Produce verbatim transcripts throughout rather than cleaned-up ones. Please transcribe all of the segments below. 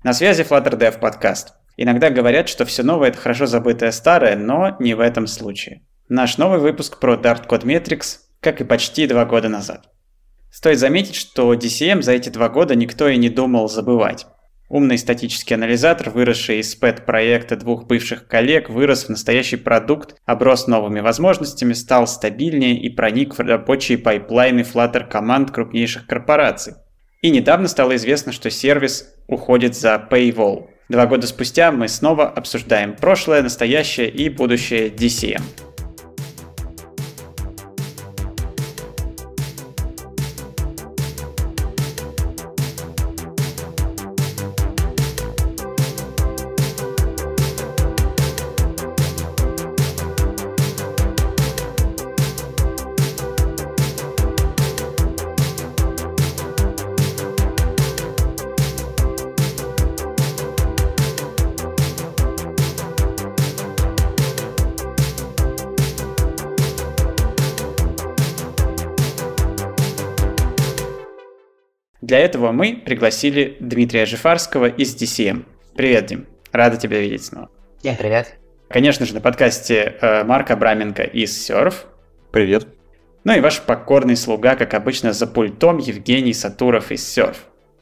На связи Flutter Dev подкаст. Иногда говорят, что все новое – это хорошо забытое старое, но не в этом случае. Наш новый выпуск про Dart Code Metrics, как и почти два года назад. Стоит заметить, что ди си эм за эти два года никто и не думал забывать. Умный статический анализатор, выросший из пэт-проекта двух бывших коллег, вырос в настоящий продукт, оброс новыми возможностями, стал стабильнее и проник в рабочие пайплайны Flutter команд крупнейших корпораций. И недавно стало известно, что сервис уходит за Paywall. Два года спустя мы снова обсуждаем прошлое, настоящее и будущее ди си эм. Для этого мы пригласили Дмитрия Жифарского из ди си эм. Привет, Дим. Рада тебя видеть снова. Всем привет. Конечно же, на подкасте э, Марк Абраменко из Surf. Привет. Ну и ваш покорный слуга, как обычно, за пультом Евгений Сатуров из Surf.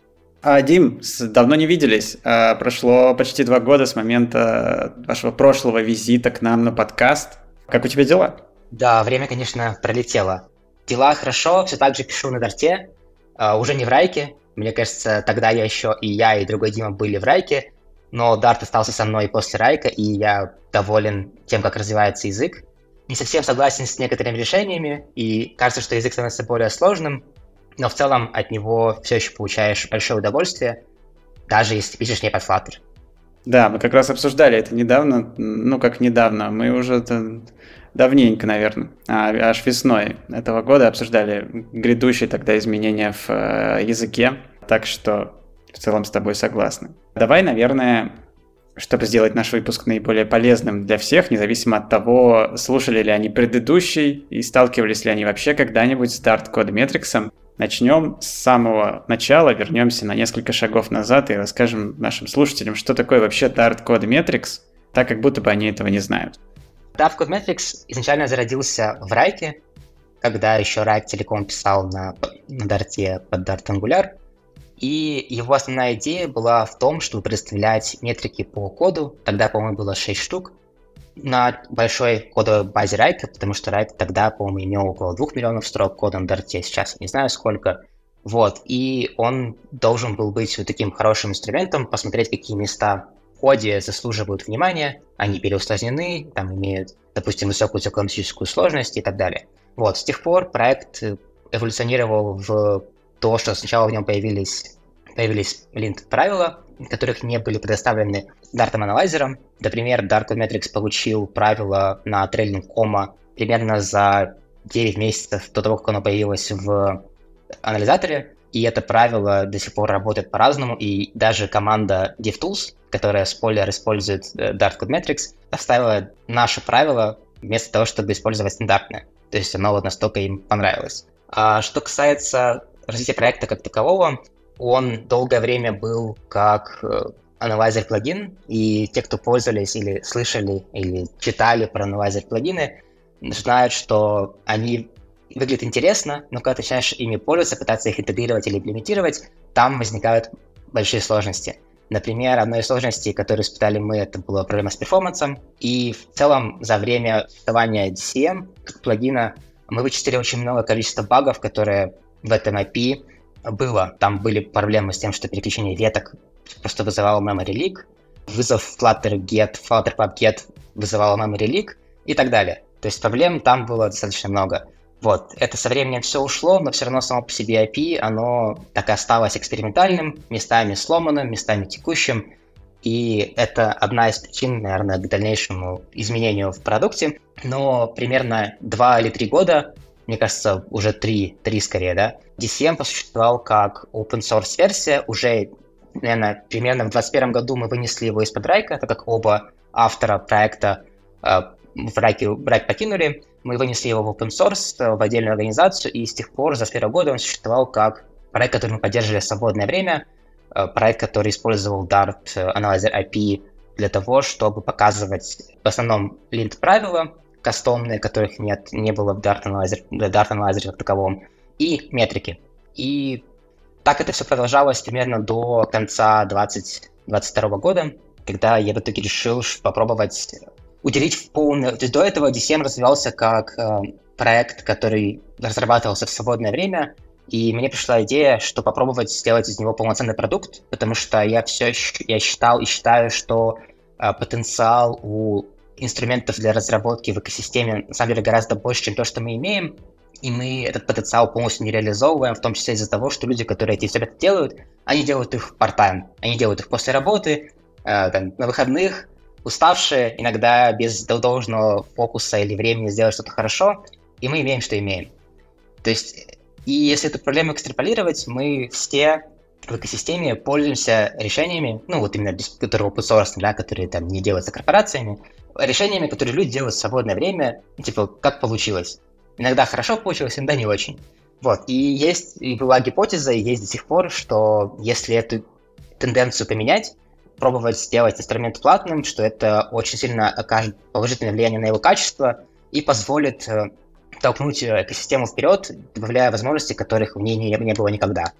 А, Дим, давно не виделись. А, прошло почти два года с момента вашего прошлого визита к нам на подкаст. Как у тебя дела? Да, время, конечно, пролетело. Дела хорошо, все так же пишу на Дарте. Uh, уже не в Райке. Мне кажется, тогда я еще и я, и другой Дима были в Райке, но Дарт остался со мной после Райка, и я доволен тем, как развивается язык. Не совсем согласен с некоторыми решениями, и кажется, что язык становится более сложным, но в целом от него все еще получаешь большое удовольствие, даже если пишешь не под Flutter. Да, мы как раз обсуждали это недавно, ну как недавно, мы уже это давненько, наверное, а, аж весной этого года обсуждали грядущие тогда изменения в э, языке, так что в целом с тобой согласны. Давай, наверное, чтобы сделать наш выпуск наиболее полезным для всех, независимо от того, слушали ли они предыдущий и сталкивались ли они вообще когда-нибудь с Dart Code Metrics, начнем с самого начала, вернемся на несколько шагов назад и расскажем нашим слушателям, что такое вообще Dart Code Metrics, так как будто бы они этого не знают. Dart Code Metrics изначально зародился в Райке, когда еще Райк целиком писал на, на Дарте под Dart Angular, и его основная идея была в том, чтобы предоставлять метрики по коду, тогда, по-моему, было шесть штук, на большой кодовой базе Райка, потому что Райк тогда, по-моему, имел около двух миллионов строк кода на Дарте, сейчас не знаю сколько. Вот, и он должен был быть вот таким хорошим инструментом, посмотреть, какие места в коде заслуживают внимания, они переусложнены, там имеют, допустим, высокую цикломатическую сложность и так далее. Вот, с тех пор проект эволюционировал в то, что сначала в нем появились, появились линт-правила, которых не были предоставлены Dart-аналайзером. Например, Dart Code Metrics получил правило на трейлинг кома примерно за девять месяцев до того, как оно появилось в анализаторе, и это правило до сих пор работает по-разному, и даже команда DevTools, которая, спойлер, использует Dart Code Metrics, оставила наше правило вместо того, чтобы использовать стандартное. То есть оно вот настолько им понравилось. А что касается развития проекта как такового, он долгое время был как аналайзер плагин, и те, кто пользовались или слышали, или читали про аналайзер плагины, знают, что они выглядят интересно, но когда ты начинаешь ими пользоваться, пытаться их интегрировать или имплементировать, там возникают большие сложности. Например, одной из сложностей, которую испытали мы, это была проблема с перформансом, и в целом за время существования ди си эм как плагина мы вычислили очень много количества багов, которые в этом эй пи ай было. Там были проблемы с тем, что переключение веток просто вызывало memory leak, вызов flutter get, flutter pub get вызывало memory leak и так далее. То есть проблем там было достаточно много. Вот, это со временем все ушло, но все равно само по себе эй пи ай, оно так и осталось экспериментальным, местами сломанным, местами текущим, и это одна из причин, наверное, к дальнейшему изменению в продукте. Но примерно два или три года, мне кажется, уже три, три скорее, да, ди си эм посуществовал как open source версия. Уже, наверное, примерно в двадцать первом году мы вынесли его из-под Райка, так как оба автора проекта э, в Райке Райк покинули. Мы вынесли его в open source, в отдельную организацию, и с тех пор, за первые годы, он существовал как проект, который мы поддерживали в свободное время. проект, который использовал Dart Analyzer эй пи ай для того, чтобы показывать в основном линт-правила, кастомные, которых нет, не было в Dart Analyzer, Dart Analyzer как таковом, и метрики. И так это все продолжалось примерно до конца двадцать двадцать второго года, когда я в итоге решил попробовать уделить в полный... То есть до этого ди си эм развивался как э, проект, который разрабатывался в свободное время, и мне пришла идея, что попробовать сделать из него полноценный продукт, потому что я все я считал и считаю, что э, потенциал у инструментов для разработки в экосистеме на самом деле гораздо больше, чем то, что мы имеем, и мы этот потенциал полностью не реализовываем, в том числе из-за того, что люди, которые эти инструменты делают, они делают их part-time, они делают их после работы, э, там, на выходных, уставшие, иногда без должного фокуса или времени сделать что-то хорошо, и мы имеем, что имеем. То есть, и если эту проблему экстраполировать, мы все в экосистеме пользуемся решениями, ну вот именно без которые open source, да, которые там не делаются корпорациями, решениями, которые люди делают в свободное время, типа как получилось. Иногда хорошо получилось, иногда не очень. Вот, и есть, и была гипотеза, и есть до сих пор, что если эту тенденцию поменять, пробовать сделать инструмент платным, что это очень сильно окажет положительное влияние на его качество и позволит э, толкнуть экосистему вперед, добавляя возможности, которых в ней не, не было никогда.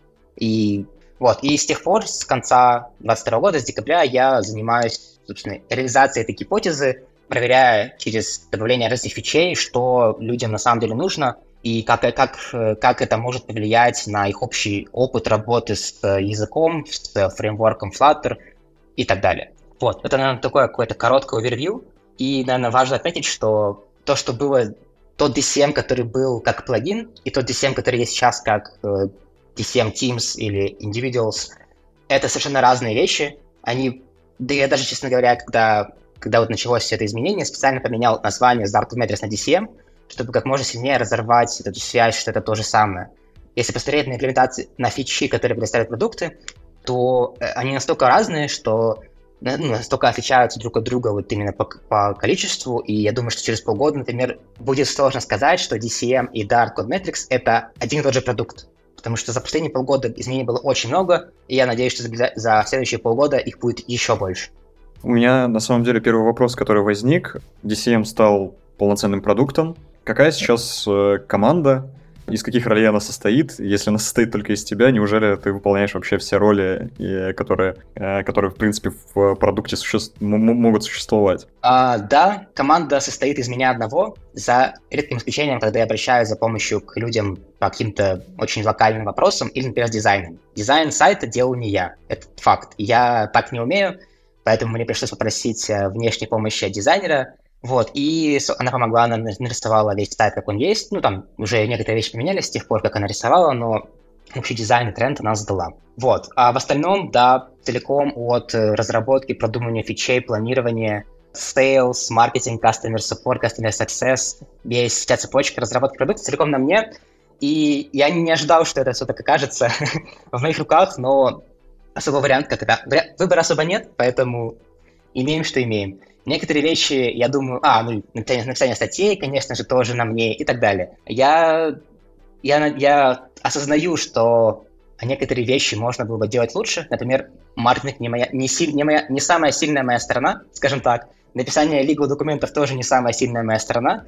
И вот, и с тех пор, с конца двадцать второго года, с декабря, я занимаюсь, собственно, реализацией этой гипотезы, проверяя через добавление разных фичей, что людям на самом деле нужно, и как, как, как это может повлиять на их общий опыт работы с языком, с фреймворком Flutter и так далее. Вот, это, наверное, такое какое-то короткое овервью, и, наверное, важно отметить, что то, что было, тот ди си эм, который был как плагин, и тот ди си эм, который есть сейчас как ди си эм Teams или Individuals, это совершенно разные вещи. Они, да я даже, честно говоря, когда, когда вот началось это изменение, специально поменял название с Dart Metrics на ди си эм, чтобы как можно сильнее разорвать эту связь, что это то же самое. Если посмотреть на имплементации, на фичи, которые предоставляют продукты, то они настолько разные, что ну, настолько отличаются друг от друга вот именно по, по количеству, и я думаю, что через полгода, например, будет сложно сказать, что ди си эм и Dart Code Metrics — это один и тот же продукт, потому что за последние полгода изменений было очень много, и я надеюсь, что за, за следующие полгода их будет еще больше. У меня, на самом деле, первый вопрос, который возник. ди си эм стал полноценным продуктом. Какая сейчас э, команда? Из каких ролей она состоит? Если она состоит только из тебя, неужели ты выполняешь вообще все роли, и, которые, э, которые, в принципе, в продукте суще... м- могут существовать? А, да, команда состоит из меня одного, за редким исключением, когда я обращаюсь за помощью к людям по каким-то очень локальным вопросам или, например, с дизайном. Дизайн сайта делаю не я, это факт. Я так не умею, поэтому мне пришлось попросить внешней помощи от дизайнера. Вот, и она помогла, она нарисовала весь сайт, как он есть. Ну, там уже некоторые вещи поменялись с тех пор, как она рисовала, но общий дизайн и тренд она задала. Вот, а в остальном, да, целиком от разработки, продумывания фичей, планирования, sales, маркетинг, customer support, customer success, весь вся цепочка разработки продукта целиком на мне. И я не ожидал, что это все так окажется в моих руках, но особого варианта, как это, выбора особо нет, поэтому имеем, что имеем. Некоторые вещи, я думаю, а, ну, написание, написание статей, конечно же, тоже на мне и так далее. Я, я, я осознаю, что некоторые вещи можно было бы делать лучше. Например, маркетинг не, моя, не, силь, не, моя, не самая сильная моя сторона, скажем так. Написание legal документов тоже не самая сильная моя сторона,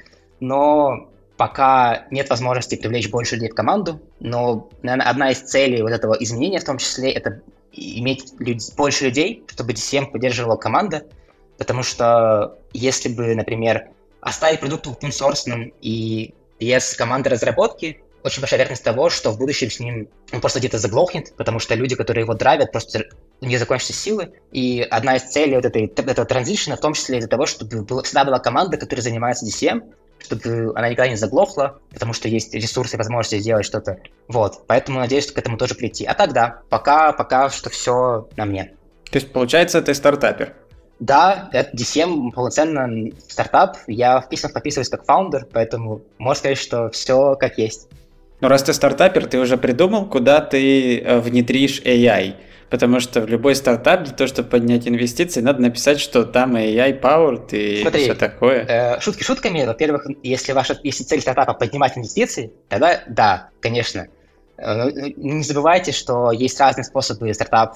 но пока нет возможности привлечь больше людей в команду. Но, наверное, одна из целей вот этого изменения в том числе — это иметь люд... больше людей, чтобы ди си эм поддерживала команда. Потому что если бы, например, оставить продукт open-source и без команды разработки, очень большая вероятность того, что в будущем с ним он просто где-то заглохнет, потому что люди, которые его драйвят, просто у них закончатся силы. И одна из целей вот этой, этого транзишена в том числе из-за того, чтобы было, всегда была команда, которая занимается ди си эм, чтобы она никогда не заглохла, потому что есть ресурсы и возможности сделать что-то. Вот, поэтому надеюсь, что к этому тоже прийти. А тогда, пока, пока что все на мне. То есть, получается, ты стартапер? Да, это ди си эм полноценно стартап. Я в письмах подписываюсь как фаундер, поэтому можно сказать, что все как есть. Ну, раз ты стартапер, ты уже придумал, куда ты внедришь эй ай? Потому что в любой стартап для того, чтобы поднять инвестиции, надо написать, что там эй ай powered и Смотри, все такое. Э, шутки шутками. Во-первых, если ваша если цель стартапа поднимать инвестиции, тогда да, конечно. Не забывайте, что есть разные способы стартап,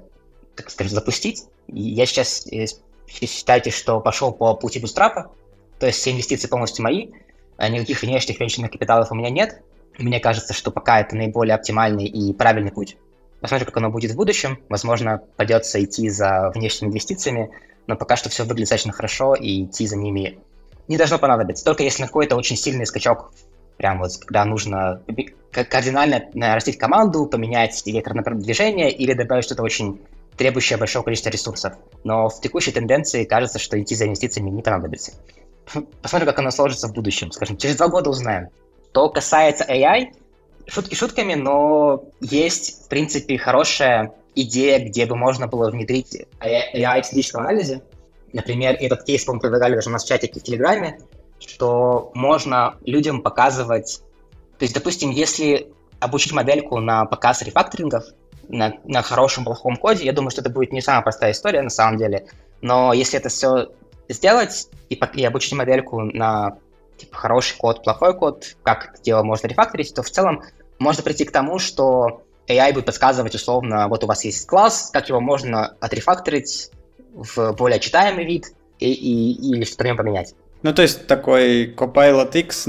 так скажем, запустить. Я сейчас, считайте, что пошел по пути бустрапа, то есть все инвестиции полностью мои, никаких внешних венчурных капиталов у меня нет. Мне кажется, что пока это наиболее оптимальный и правильный путь. Посмотрим, как оно будет в будущем. Возможно, придется идти за внешними инвестициями, но пока что все выглядит достаточно хорошо, и идти за ними не должно понадобиться. Только если на какой-то очень сильный скачок, прям вот когда нужно кардинально нарастить команду, поменять вектор движения или добавить что-то очень требующее большого количества ресурсов. Но в текущей тенденции кажется, что идти за инвестициями не понадобится. Посмотрим, как оно сложится в будущем. Скажем, через два года узнаем. Что касается эй ай, шутки шутками, но есть, в принципе, хорошая идея, где бы можно было внедрить эй ай в статическом анализе. Например, этот кейс, по-моему, предлагали даже у нас в чатике в Телеграме, что можно людям показывать... То есть, допустим, если обучить модельку на показ рефакторингов, на, на хорошем, плохом коде, я думаю, что это будет не самая простая история на самом деле, но если это все сделать и, и обучить модельку на типа, хороший код, плохой код, как это дело можно рефакторить, то в целом можно прийти к тому, что эй ай будет подсказывать условно, вот у вас есть класс, как его можно отрефакторить в более читаемый вид и, и, или что-то в нем поменять. Ну, то есть такой Copilot X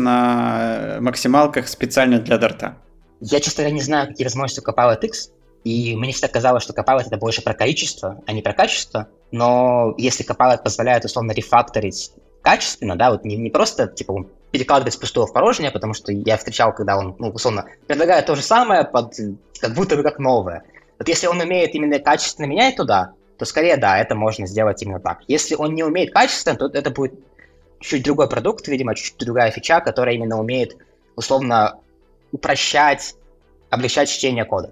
на максималках специально для Дарта. Я, честно говоря, не знаю, какие возможности у Copilot X, и мне всегда казалось, что Copilot это больше про количество, а не про качество, но если Copilot позволяет условно рефакторить качественно, да, вот не, не просто, типа, перекладывать с пустого в порожнее, потому что я встречал, когда он, ну, условно, предлагает то же самое, под, как будто бы как новое. Вот если он умеет именно качественно менять туда, то скорее, да, это можно сделать именно так. Если он не умеет качественно, то это будет чуть другой продукт, видимо, чуть другая фича, которая именно умеет, условно, упрощать, облегчать чтение кода.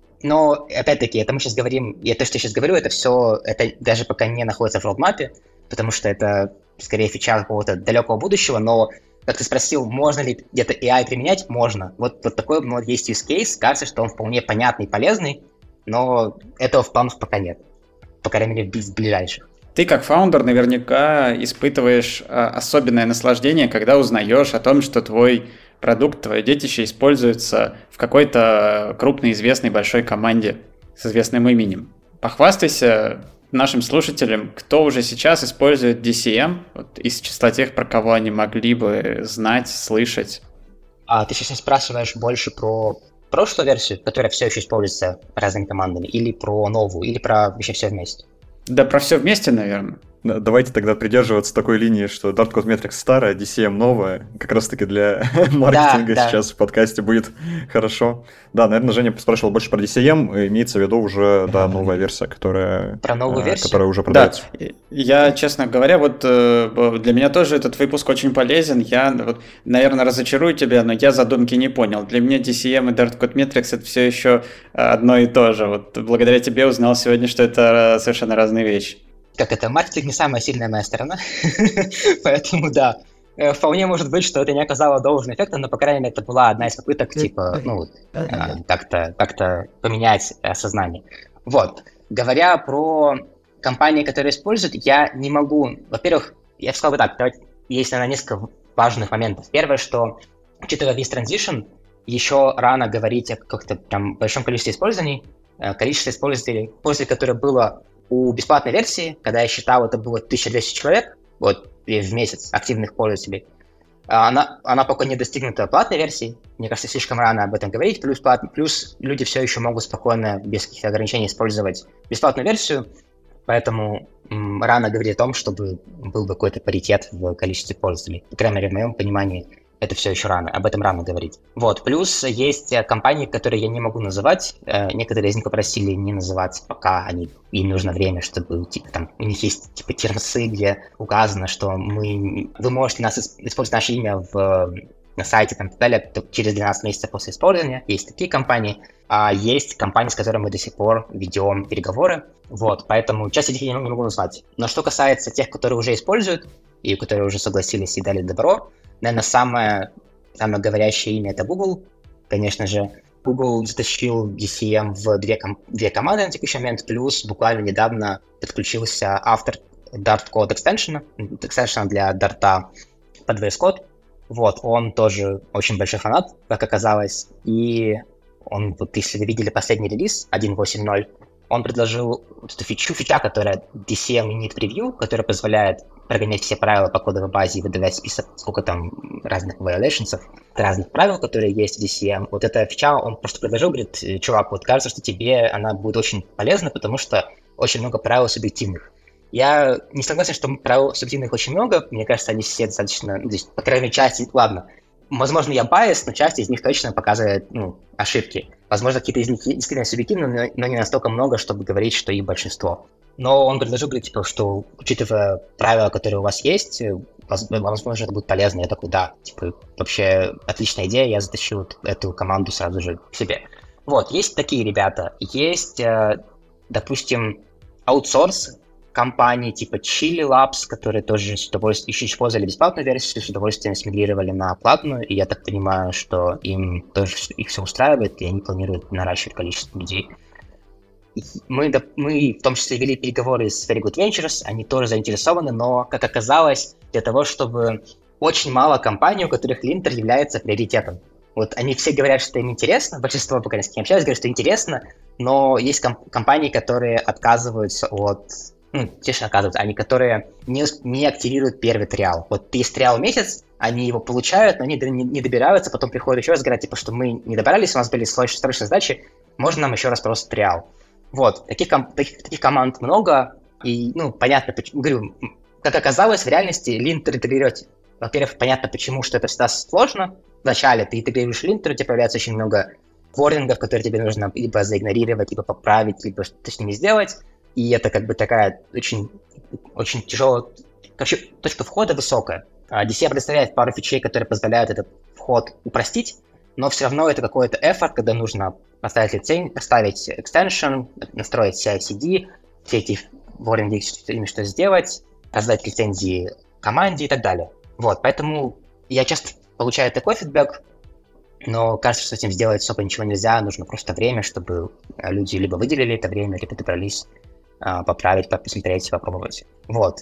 Но, опять-таки, это мы сейчас говорим, и то, что я сейчас говорю, это все, это даже пока не находится в роудмапе, потому что это, скорее, фича какого-то далекого будущего, но, как ты спросил, можно ли где-то эй ай применять? Можно. Вот, вот такой ну, есть use case, кажется, что он вполне понятный и полезный, но этого в планах пока нет, по крайней мере, в ближайших. Ты как фаундер наверняка испытываешь а, особенное наслаждение, когда узнаешь о том, что твой продукт, твое детище используется в какой-то крупной, известной, большой команде с известным именем. Похвастайся нашим слушателям, кто уже сейчас использует ди си эм, вот, из числа тех, про кого они могли бы знать, слышать. А ты сейчас спрашиваешь больше про прошлую версию, которая все еще используется разными командами, или про новую, или про вообще все вместе? Да про все вместе, наверное. Давайте тогда придерживаться такой линии, что Dart Code Metrics старая, ди си эм новая. Как раз-таки для маркетинга да, сейчас да. в подкасте будет хорошо. Да, наверное, Женя спрашивал больше про ди си эм. Имеется в виду уже, да, новая версия, которая, про новую версию? которая уже продается. Да. Я, честно говоря, вот для меня тоже этот выпуск очень полезен. Я, вот, наверное, разочарую тебя, но я задумки не понял. Для меня ди си эм и Dart Code Metrics это все еще одно и то же. Вот благодаря тебе узнал сегодня, что это совершенно разные вещи. Как это, маркетинг не самая сильная моя сторона, поэтому да, вполне может быть, что это не оказало должного эффекта, но, по крайней мере, это была одна из попыток, типа, ну, как-то, как-то поменять сознание. Вот, говоря про компании, которые используют, я не могу, во-первых, я бы сказал бы так, есть, наверное, несколько важных моментов. Первое, что, учитывая весь транзишн, еще рано говорить о каком-то прям большом количестве использований, количество использователей, пользователей, которое было у бесплатной версии, когда я считал, это было тысяча двести человек, вот, в месяц активных пользователей, она, она пока не достигнута платной версии, мне кажется, слишком рано об этом говорить, плюс, плат, плюс люди все еще могут спокойно, без каких-то ограничений, использовать бесплатную версию, поэтому м, рано говорить о том, чтобы был бы какой-то паритет в количестве пользователей. По крайней мере, в моем понимании, это все еще рано, об этом рано говорить. Вот, плюс есть компании, которые я не могу называть, некоторые из них попросили не называть, пока они, им нужно время, чтобы, типа, там, у них есть, типа, термсы, где указано, что мы, вы можете нас использовать наше имя в, на сайте, там, и так далее, через двенадцать месяцев после использования, есть такие компании, а есть компании, с которыми мы до сих пор ведем переговоры, вот, поэтому часть этих я не могу назвать. Но что касается тех, которые уже используют, и которые уже согласились и дали добро, наверное, самое, самое говорящее имя — это Google. Конечно же, Google затащил ди си эм в две, ком- две команды на текущий момент, плюс буквально недавно подключился автор Dart Code Extension, extension для Dart под ви эс Code. Вот, он тоже очень большой фанат, как оказалось, и Он, вот если вы видели последний релиз один точка восемь точка ноль, он предложил вот эту фичу, фича, которая ди си эм Init Preview, которая позволяет прогонять все правила по кодовой базе и выдавать список, сколько там разных violations, разных правил, которые есть в ди си эм. Вот эта фича он просто предложил, говорит, чувак, вот кажется, что тебе она будет очень полезна, потому что очень много правил субъективных. Я не согласен, что правил субъективных очень много, мне кажется, они все достаточно, здесь, по крайней мере, части, ладно, возможно, я байс, но часть из них точно показывает, ну, ошибки. Возможно, какие-то из них действительно субъективны, но не настолько много, чтобы говорить, что их большинство. Но он предложил, говорит, типа, что, учитывая правила, которые у вас есть, возможно, это будет полезно. Я такой, да, типа, вообще отличная идея, я затащил эту команду сразу же к себе. Вот, есть такие ребята. Есть, допустим, аутсорс компании типа Chili Labs, которые тоже с удовольствием еще использовали бесплатную версию, с удовольствием смигрировали на платную, и я так понимаю, что им тоже их все устраивает, и они планируют наращивать количество людей. Мы, мы в том числе вели переговоры с Very Good Ventures, они тоже заинтересованы, но, как оказалось, для того, чтобы очень мало компаний, у которых линтер является приоритетом. Вот они все говорят, что им интересно, большинство, пока с кем общаюсь, говорят, что интересно, но есть комп- компании, которые отказываются от... Ну, честно оказывается, они, которые не, не активируют первый триал. Вот есть триал месяц, они его получают, но они не, не добираются, потом приходят еще раз, говорят, типа, что мы не добрались, у нас были срочные задачи, можно нам еще раз просто триал. Вот, таких, таких, таких команд много, и, ну, понятно, почему, говорю, как оказалось, в реальности линтер интегрируете. Во-первых, понятно, почему, что это всегда сложно. Вначале ты интегрируешь линтер, у тебя появляется очень много ворнингов, которые тебе нужно либо заигнорировать, либо поправить, либо что-то с ними сделать. И это как бы такая очень, очень тяжелая... Короче, точка входа высокая. ди си эм представляет пару фичей, которые позволяют этот вход упростить, но все равно это какой-то эффорт, когда нужно поставить лицензию, поставить extension, настроить си ай си ди, все эти ворнинги, ими что сделать, создать лицензии команде и так далее. Вот, поэтому я часто получаю такой фидбэк, но кажется, что с этим сделать особо ничего нельзя, нужно просто время, чтобы люди либо выделили это время, либо добрались поправить, посмотреть, попробовать. Вот.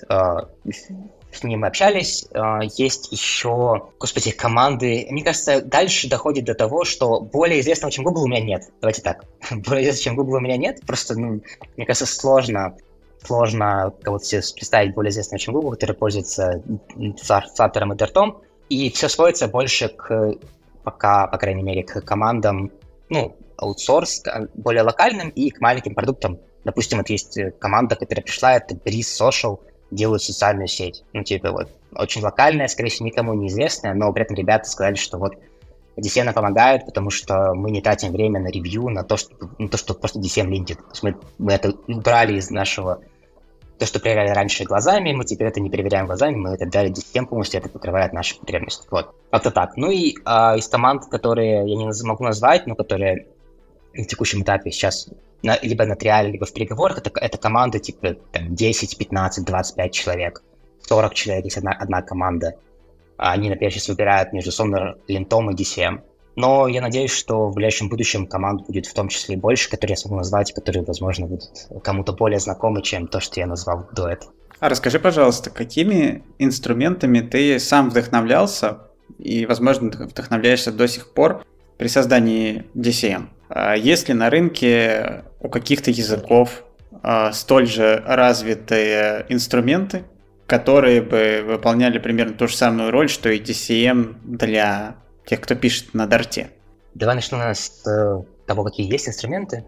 С ним мы общались. Есть еще, господи, команды. Мне кажется, дальше доходит до того, что более известного, чем Google, у меня нет. Давайте так. Более известного, чем Google, у меня нет. Просто, ну, мне кажется, сложно, сложно кого-то себе представить более известного, чем Google, который пользуется Flutter и Dart. И все сводится больше к, пока, по крайней мере, к командам, ну, аутсорс, более локальным и к маленьким продуктам. Допустим, вот есть команда, которая пришла, это Breeze Social, делают социальную сеть. Ну, типа, вот, очень локальная, скорее всего, никому неизвестная, но при этом ребята сказали, что вот ди си эм нам помогает, потому что мы не тратим время на ревью, на то, что, на то, что просто ди си эм линтит. То есть мы, мы это убрали из нашего... То, что проверяли раньше глазами, мы теперь это не проверяем глазами, мы это дали ди си эм, полностью это покрывает наши потребности. Вот, как-то так. Ну и а, из команд, которые я не могу назвать, но которые на текущем этапе сейчас... На, либо на триале, либо в переговорах, это, это команды типа там, десять, пятнадцать, двадцать пять человек, сорок человек, есть одна, одна команда. Они, например, сейчас выбирают между Sonar, линтом и ди си эм. Но я надеюсь, что в ближайшем будущем команд будет в том числе и больше, которые я смогу назвать, которые, возможно, будут кому-то более знакомы, чем то, что я назвал до этого. А расскажи, пожалуйста, какими инструментами ты сам вдохновлялся и, возможно, вдохновляешься до сих пор при создании ди си эм? Есть ли на рынке у каких-то языков э, столь же развитые инструменты, которые бы выполняли примерно ту же самую роль, что и ди си эм для тех, кто пишет на Dart? Давай начну с э, того, какие есть инструменты.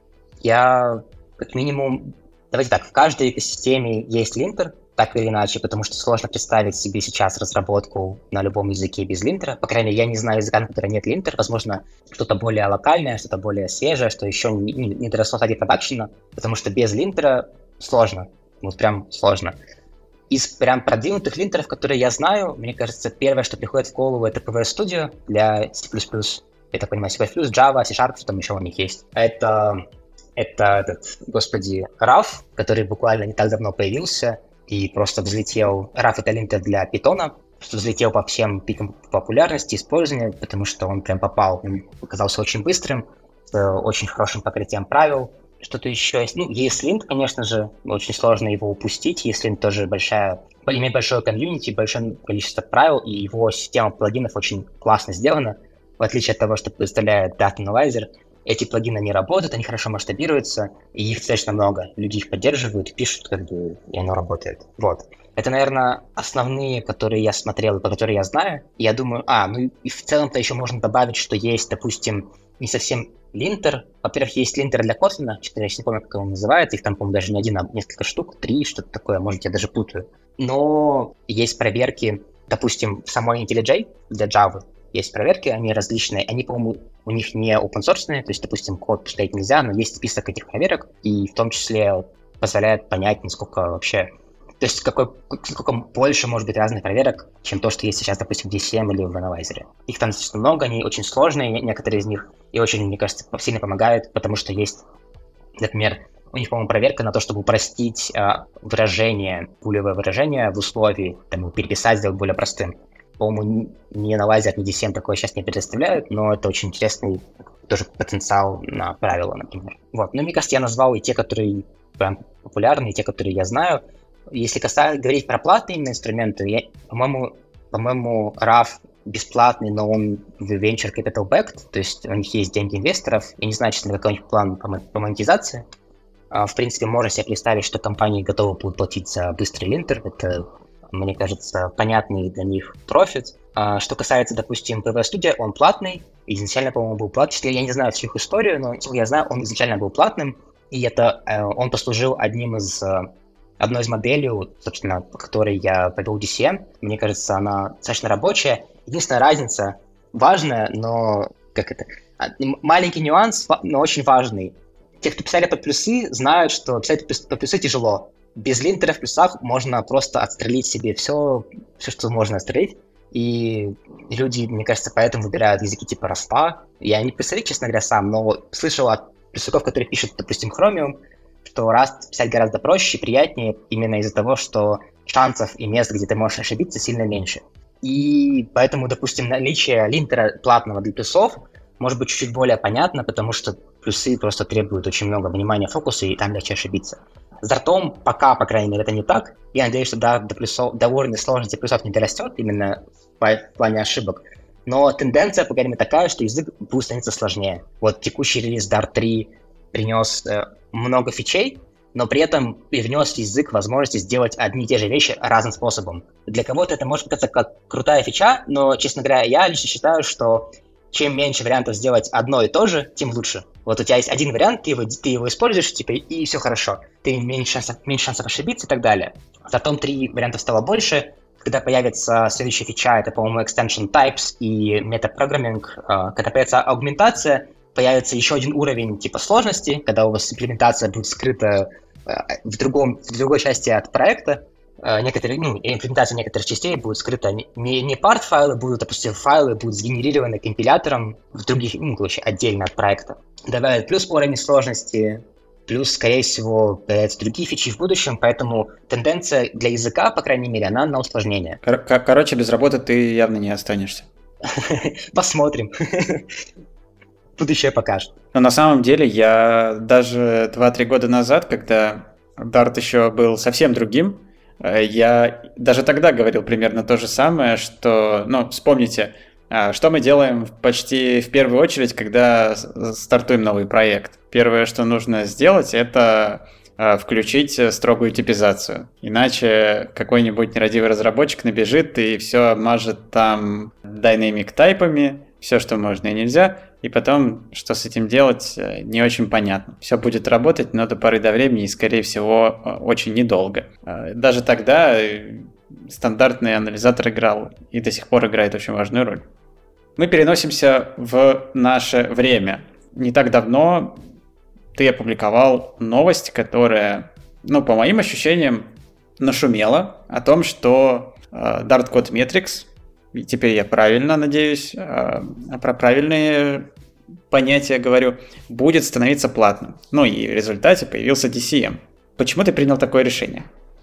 Я, как минимум, давайте так, в каждой экосистеме есть линтер, так или иначе, потому что сложно представить себе сейчас разработку на любом языке без линтера. По крайней мере, я не знаю языка, на котором нет линтера. Возможно, что-то более локальное, что-то более свежее, что еще не, не, не доросло стадии продакшена, потому что без линтера сложно. Вот прям сложно. Из прям продвинутых линтеров, которые я знаю, мне кажется, первое, что приходит в голову, это пи ви эс Studio для C++. Я так понимаю, C++, Java, C-Sharp, что там еще у них есть. Это, это этот, господи, раф, который буквально не так давно появился и просто взлетел. раф — это линтер для Python, что взлетел по всем пикам популярности, использования, потому что он прям попал, он оказался очень быстрым, с очень хорошим покрытием правил. Что-то еще есть. Ну, ESLint, конечно же, очень сложно его упустить. ESLint тоже большая, имеет большое комьюнити, большое количество правил, и его система плагинов очень классно сделана, в отличие от того, что представляет Dart Analyzer. эти плагины, они работают, они хорошо масштабируются, и их достаточно много. Люди их поддерживают, пишут, как бы, и оно работает. Вот. Это, наверное, основные, которые я смотрел и по которым я знаю. Я думаю, а, ну и в целом-то еще можно добавить, что есть, допустим, не совсем линтер. Во-первых, есть линтер для Kotlin, я не помню, как он называется, их там, по-моему, даже не один, а несколько штук, три, что-то такое, может, я даже путаю. Но есть проверки, допустим, в самой IntelliJ для Java. Есть проверки, они различные, они, по-моему, у них не open-source, то есть, допустим, код пускать нельзя, но есть список этих проверок, и в том числе позволяет понять, насколько вообще... То есть, какой, сколько больше может быть разных проверок, чем то, что есть сейчас, допустим, в ди си эм или в Analyzer. Их там достаточно много, они очень сложные, некоторые из них, и очень, мне кажется, сильно помогают, потому что есть, например, у них, по-моему, проверка на то, чтобы упростить а, выражение, булевое выражение в условии, там, переписать, сделать более простым. По-моему, ни Analyzer, ни ди си эм такое сейчас не предоставляют, но это очень интересный тоже потенциал на правила, например. Вот. Ну, мне кажется, я назвал и те, которые прям популярны, и те, которые я знаю. Если касается говорить про платные инструменты, я, по-моему, по-моему, раф бесплатный, но он в Venture Capital Backed, то есть у них есть деньги инвесторов. Я не знаю, честно, какой у них план по, по монетизации. А, в принципе, можно себе представить, что компании готовы будут платить за быстрый линтер. Это, мне кажется, понятный для них профит. А, что касается, допустим, пи ви Studio, он платный. Изначально, по-моему, был платный. Я не знаю всю их историю, но я знаю, он изначально был платным. И это он послужил одним из... Одной из моделей, собственно, по которой я повел ди си эм, мне кажется, она достаточно рабочая. Единственная разница, важная, но как это, маленький нюанс, но очень важный. Те, кто писали под плюсы, знают, что писать под плюсы тяжело. Без линтера в плюсах можно просто отстрелить себе все, все, что можно отстрелить. И люди, мне кажется, поэтому выбирают языки типа Rust. Я не представитель, честно говоря, сам, но слышал от плюсовиков, которые пишут, допустим, Chromium, что Rust писать гораздо проще и приятнее именно из-за того, что шансов и мест, где ты можешь ошибиться, сильно меньше. И поэтому, допустим, наличие линтера платного для плюсов может быть чуть-чуть более понятно, потому что плюсы просто требуют очень много внимания, фокуса, и там легче ошибиться. С Dart пока, по крайней мере, это не так. Я надеюсь, что Dart до, плюсов, до уровня сложности плюсов не дорастет именно в плане ошибок. Но тенденция, по крайней мере, такая, что язык будет становиться сложнее. Вот текущий релиз Dart три принес э, много фичей, но при этом привнес в язык возможности сделать одни и те же вещи разным способом. Для кого-то это может показаться как крутая фича, но, честно говоря, я лично считаю, что чем меньше вариантов сделать одно и то же, тем лучше. Вот у тебя есть один вариант, ты его, ты его используешь, типа, и все хорошо. Ты меньше шансов, меньше шансов ошибиться и так далее. Зато три вариантов стало больше. Когда появится следующая фича, это, по-моему, extension types и metaprogramming, когда появится аугментация, появится еще один уровень типа сложности, когда у вас имплементация будет скрыта в, другом, в другой части от проекта. Некоторые, ну, имплементация некоторых частей будет скрыта. Не, не part-файлы будут, допустим, файлы будут сгенерированы компилятором в других, ну, вообще отдельно от проекта. Добавят плюс уровень сложности, плюс, скорее всего, появятся другие фичи в будущем, поэтому тенденция для языка, по крайней мере, она на усложнение. Кор- короче, без работы ты явно не останешься. Посмотрим. Будущее покажет. Но на самом деле я даже два-три года назад, когда Dart еще был совсем другим, я даже тогда говорил примерно то же самое, что, ну, вспомните, что мы делаем почти в первую очередь, когда стартуем новый проект. Первое, что нужно сделать, это включить строгую типизацию. Иначе какой-нибудь нерадивый разработчик набежит и все обмажет там dynamic тайпами, все, что можно и нельзя, и потом, что с этим делать, не очень понятно. Все будет работать, но до поры до времени и, скорее всего, очень недолго. Даже тогда стандартный анализатор играл и до сих пор играет очень важную роль. Мы переносимся в наше время. Не так давно ты опубликовал новость, которая, ну, по моим ощущениям, нашумела о том, что Dart Code Metrics, и теперь я правильно, надеюсь, про правильные понятия говорю, будет становиться платным. Ну и в результате появился ди си эм. Почему ты принял такое решение?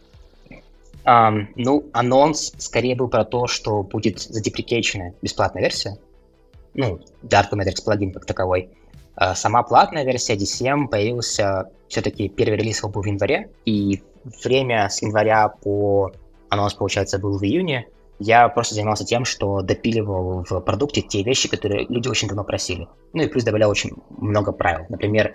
Um, ну, анонс скорее был про то, что будет задеприкейченная бесплатная версия. Ну, Dart Metrics плагин как таковой. Uh, сама платная версия ди си эм появился, все-таки первый релиз был в январе, и время с января по анонс, получается, был в июне. Я просто занимался тем, что допиливал в продукте те вещи, которые люди очень давно просили. Ну и плюс добавлял очень много правил. Например,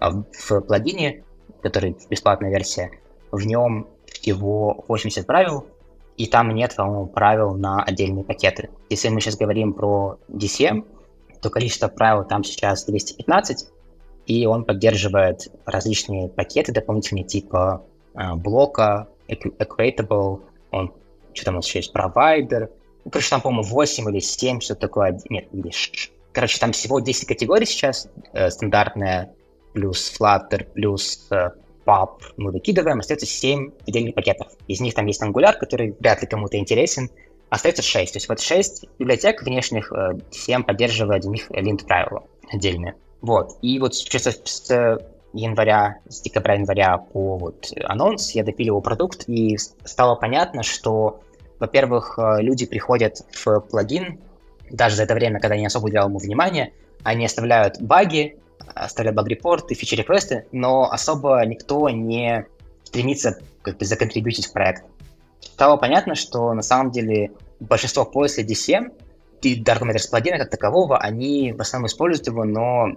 в плагине, который бесплатная версия, в нем всего восемьдесят правил, и там нет, по-моему, правил на отдельные пакеты. Если мы сейчас говорим про ди си эм, то количество правил там сейчас двести пятнадцать, и он поддерживает различные пакеты дополнительные, типа э, блока, equatable, он что там у нас еще есть, провайдер. Ну, короче, там, по-моему, восемь или семь, что такое. Нет, видишь. Короче, там всего десять категорий сейчас. Э, стандартная, плюс Flutter, плюс э, паб мы выкидываем. Остается семь отдельных пакетов. Из них там есть Angular, который вряд ли кому-то интересен. Остается шесть. То есть вот шесть библиотек внешних, э, всем поддерживает в них линт правила отдельные. Вот. И вот сейчас с января, с декабря-января по вот анонс я допиливал продукт, и стало понятно, что, во-первых, люди приходят в плагин, даже за это время, когда я не особо уделял ему внимания, они оставляют баги, оставляют баг-репорты, фичи-реквесты, но особо никто не стремится как бы законтрибьютить в проект. Стало понятно, что на самом деле большинство после ди си эм и Dart Metrics плагина как такового, они в основном используют его, но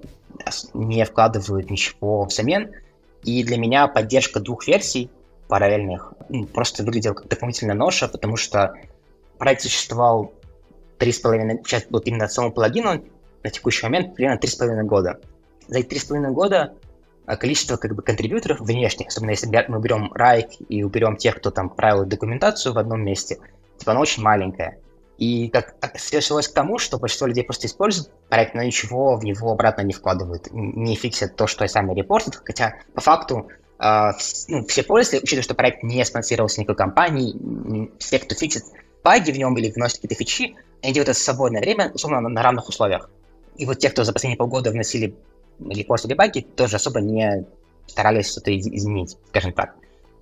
не вкладывают ничего взамен. И для меня поддержка двух версий параллельных ну, просто выглядела как дополнительная ноша, потому что проект существовал три с половиной, сейчас вот именно самому плагину на текущий момент примерно три с половиной года. За эти три с половиной года количество как бы контрибьюторов внешних, особенно если мы уберем райк и уберем тех, кто там правил документацию в одном месте, типа оно очень маленькое. И как свелось к тому, что большинство людей просто используют проект, но ничего в него обратно не вкладывают, не фиксят то, что сами репортят, хотя по факту э, ну, все пользователи, учитывая, что проект не спонсировался никакой компанией, все, кто фиксит баги в нем или вносит какие-то фичи, они делают это в свободное время, условно, на, на равных условиях. И вот те, кто за последние полгода вносили репортили баги, тоже особо не старались что-то из- изменить, скажем так.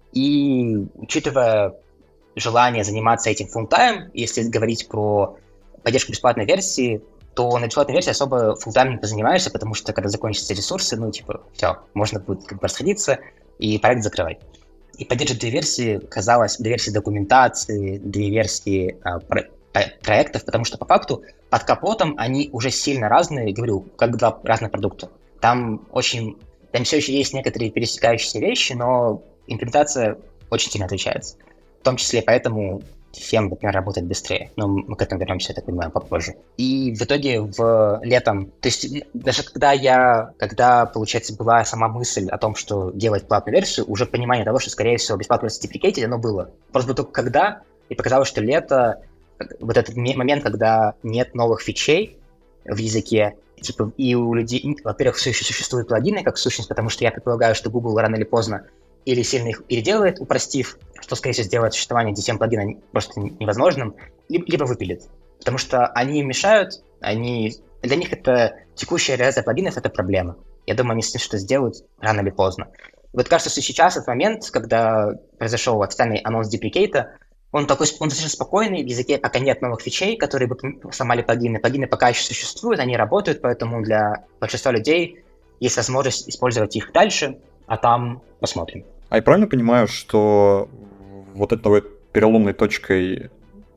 И учитывая желание заниматься этим full-time, если говорить про поддержку бесплатной версии, то на бесплатной версии особо full-time не позанимаешься, потому что когда закончатся ресурсы, ну, типа, все, можно будет как бы расходиться и проект закрывать. И поддерживать две версии, казалось, две версии документации, две версии а, про- проектов, потому что по факту под капотом они уже сильно разные, говорю, как два разных продукта. Там очень, там все еще есть некоторые пересекающиеся вещи, но имплементация очень сильно отличается. В том числе поэтому всем, например, работает быстрее. Но мы к этому вернемся, я так понимаю, попозже. И в итоге в летом, то есть даже когда я, когда, получается, была сама мысль о том, что делать платную версию, уже понимание того, что, скорее всего, бесплатную версию деприкейтить, оно было. Просто только когда, и показалось, что лето, вот этот момент, когда нет новых фичей в языке, типа, и у людей, во-первых, все еще существуют плагины как сущность, потому что я предполагаю, что Google рано или поздно или сильно их переделает, упростив, что, скорее всего, сделает существование ди си эм-плагина просто невозможным, либо выпилит. Потому что они мешают, они... для них это текущая реализация плагинов — это проблема. Я думаю, они с ним что-то сделают рано или поздно. И вот кажется, что сейчас, этот момент, когда произошел официальный анонс деприкейта, он такой, он достаточно спокойный, в языке пока нет новых фичей, которые бы сломали плагины. Плагины пока еще существуют, они работают, поэтому для большинства людей есть возможность использовать их дальше, а там посмотрим. А я правильно понимаю, что вот этой переломной точкой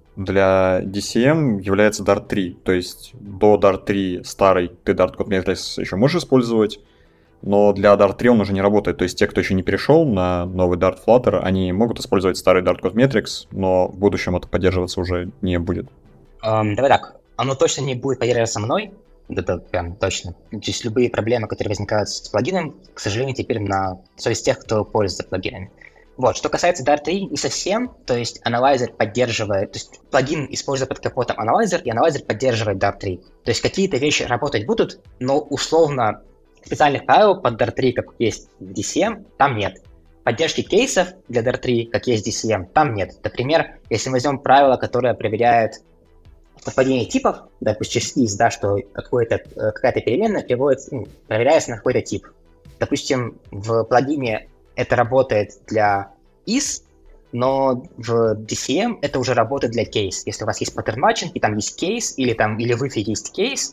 для ди си эм является Dart три? То есть до Dart три старый ты Dart Code Metrics еще можешь использовать, но для Dart три он уже не работает. То есть те, кто еще не перешел на новый Dart Flutter, они могут использовать старый Dart Code Metrics, но в будущем это поддерживаться уже не будет. Um, давай так, оно точно не будет поддерживаться мной, это прям точно. То есть любые проблемы, которые возникают с плагином, к сожалению, теперь на совесть тех, кто пользуется плагинами. Вот, что касается Dart три, не совсем, то есть аналайзер поддерживает, то есть плагин использует под капотом аналайзер, и аналайзер поддерживает Dart три. То есть какие-то вещи работать будут, но условно специальных правил под Dart три, как есть в ди си эм, там нет. Поддержки кейсов для Dart три, как есть в ди си эм, там нет. Например, если мы возьмем правило, которое проверяет совпадение типов, допустим, через is, да, что какая-то переменная приводит, ну, проверяется на какой-то тип. Допустим, в плагине это работает для is, но в ди си эм это уже работает для case. Если у вас есть pattern matching, и там есть case, или, там, или в if есть case,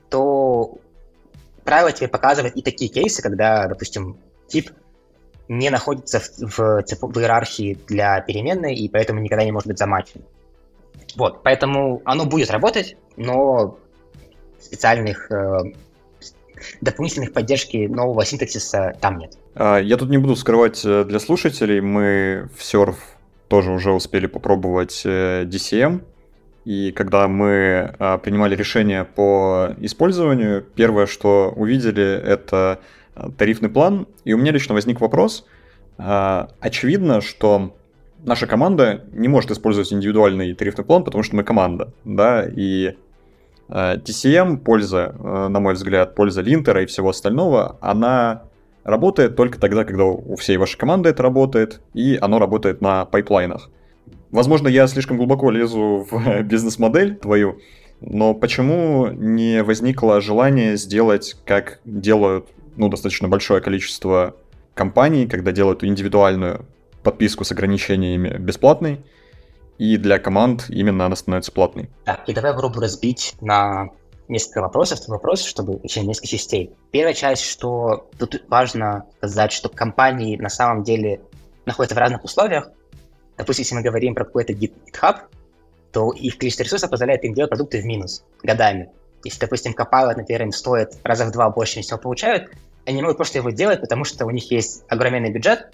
то правило тебе показывает и такие кейсы, когда, допустим, тип не находится в, в, в иерархии для переменной, и поэтому никогда не может быть замачен. Вот, поэтому оно будет работать, но специальных э, дополнительных поддержки нового синтаксиса там нет. Я тут не буду скрывать для слушателей, мы в Surf тоже уже успели попробовать ди си эм, и когда мы принимали решение по использованию, первое, что увидели, это тарифный план, и у меня лично возник вопрос. Очевидно, что наша команда не может использовать индивидуальный тарифный план, потому что мы команда, да, и ди си эм, польза, на мой взгляд, польза линтера и всего остального, она работает только тогда, когда у всей вашей команды это работает, и оно работает на пайплайнах. Возможно, я слишком глубоко лезу в бизнес-модель твою, но почему не возникло желание сделать, как делают, ну, достаточно большое количество компаний, когда делают индивидуальную подписку с ограничениями бесплатной, и для команд именно она становится платной? Так, и давай попробую разбить на несколько вопросов, вопрос, чтобы еще несколько частей. Первая часть, что тут важно сказать, что компании на самом деле находятся в разных условиях. Допустим, если мы говорим про какой-то GitHub, то их количество ресурсов позволяет им делать продукты в минус годами. Если, допустим, Copilot, например, им стоит раза в два больше, чем всего получают, они могут просто его делать, потому что у них есть огроменный бюджет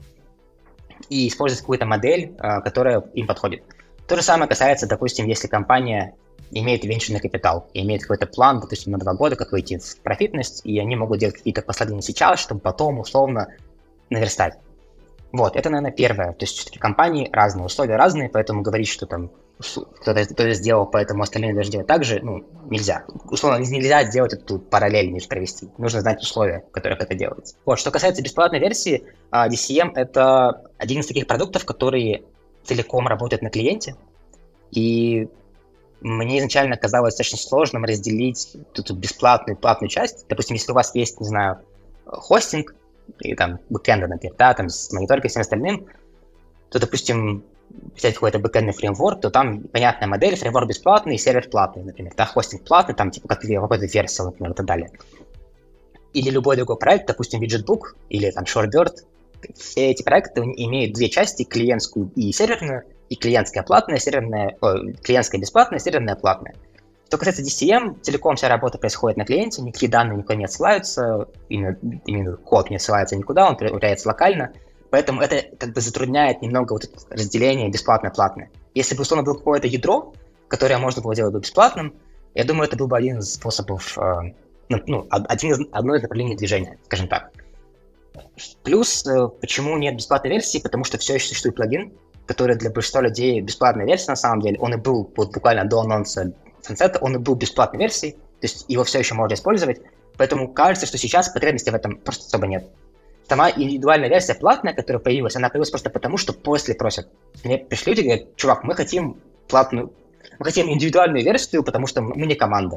и использовать какую-то модель, которая им подходит. То же самое касается, допустим, если компания имеет венчурный капитал, и имеет какой-то план, допустим, на два года, как выйти в профитность, и они могут делать какие-то послабления сейчас, чтобы потом условно наверстать. Вот, это, наверное, первое. То есть все-таки компании разные, условия разные, поэтому говорить, что там кто-то, кто-то сделал, поэтому остальные должны делать так же, ну, нельзя. Условно, нельзя сделать эту параллель между провести. Нужно знать условия, в которых это делается. Вот, что касается бесплатной версии, ди си эм — это один из таких продуктов, которые целиком работают на клиенте, и мне изначально казалось достаточно сложным разделить эту бесплатную и платную часть. Допустим, если у вас есть, не знаю, хостинг, и там бэкэнда, например, да, там с мониторкой и всем остальным, то, допустим, взять какой-то бэкэндный фреймворк, то там понятная модель, фреймворк бесплатный, сервер платный, например, да, хостинг платный, там типа как какой-то версия, например, и так далее. Или любой другой проект, допустим, Widgetbook или там Shorebird, все эти проекты имеют две части, клиентскую и серверную, и клиентская платная, серверная, о, клиентская бесплатная, серверная платная. Что касается ди си эм, целиком вся работа происходит на клиенте, никакие данные никуда не отсылаются, именно, именно код не отсылается никуда, он проверяется локально, поэтому это как бы затрудняет немного вот это разделение бесплатное-платное. Если бы, условно, было какое-то ядро, которое можно было делать бы бесплатным, я думаю, это был бы один из способов, э, ну, один из, одно из направлений движения, скажем так. Плюс, э, почему нет бесплатной версии, потому что все еще существует плагин, который для большинства людей бесплатная версия на самом деле, он и был вот буквально до анонса Sunset, он и был бесплатной версией, то есть его все еще можно использовать, поэтому кажется, что сейчас потребности в этом просто особо нет. Сама индивидуальная версия платная, которая появилась, она появилась просто потому, что после просят. Мне пришли люди и говорят: чувак, мы хотим платную, мы хотим индивидуальную версию, потому что мы не команда.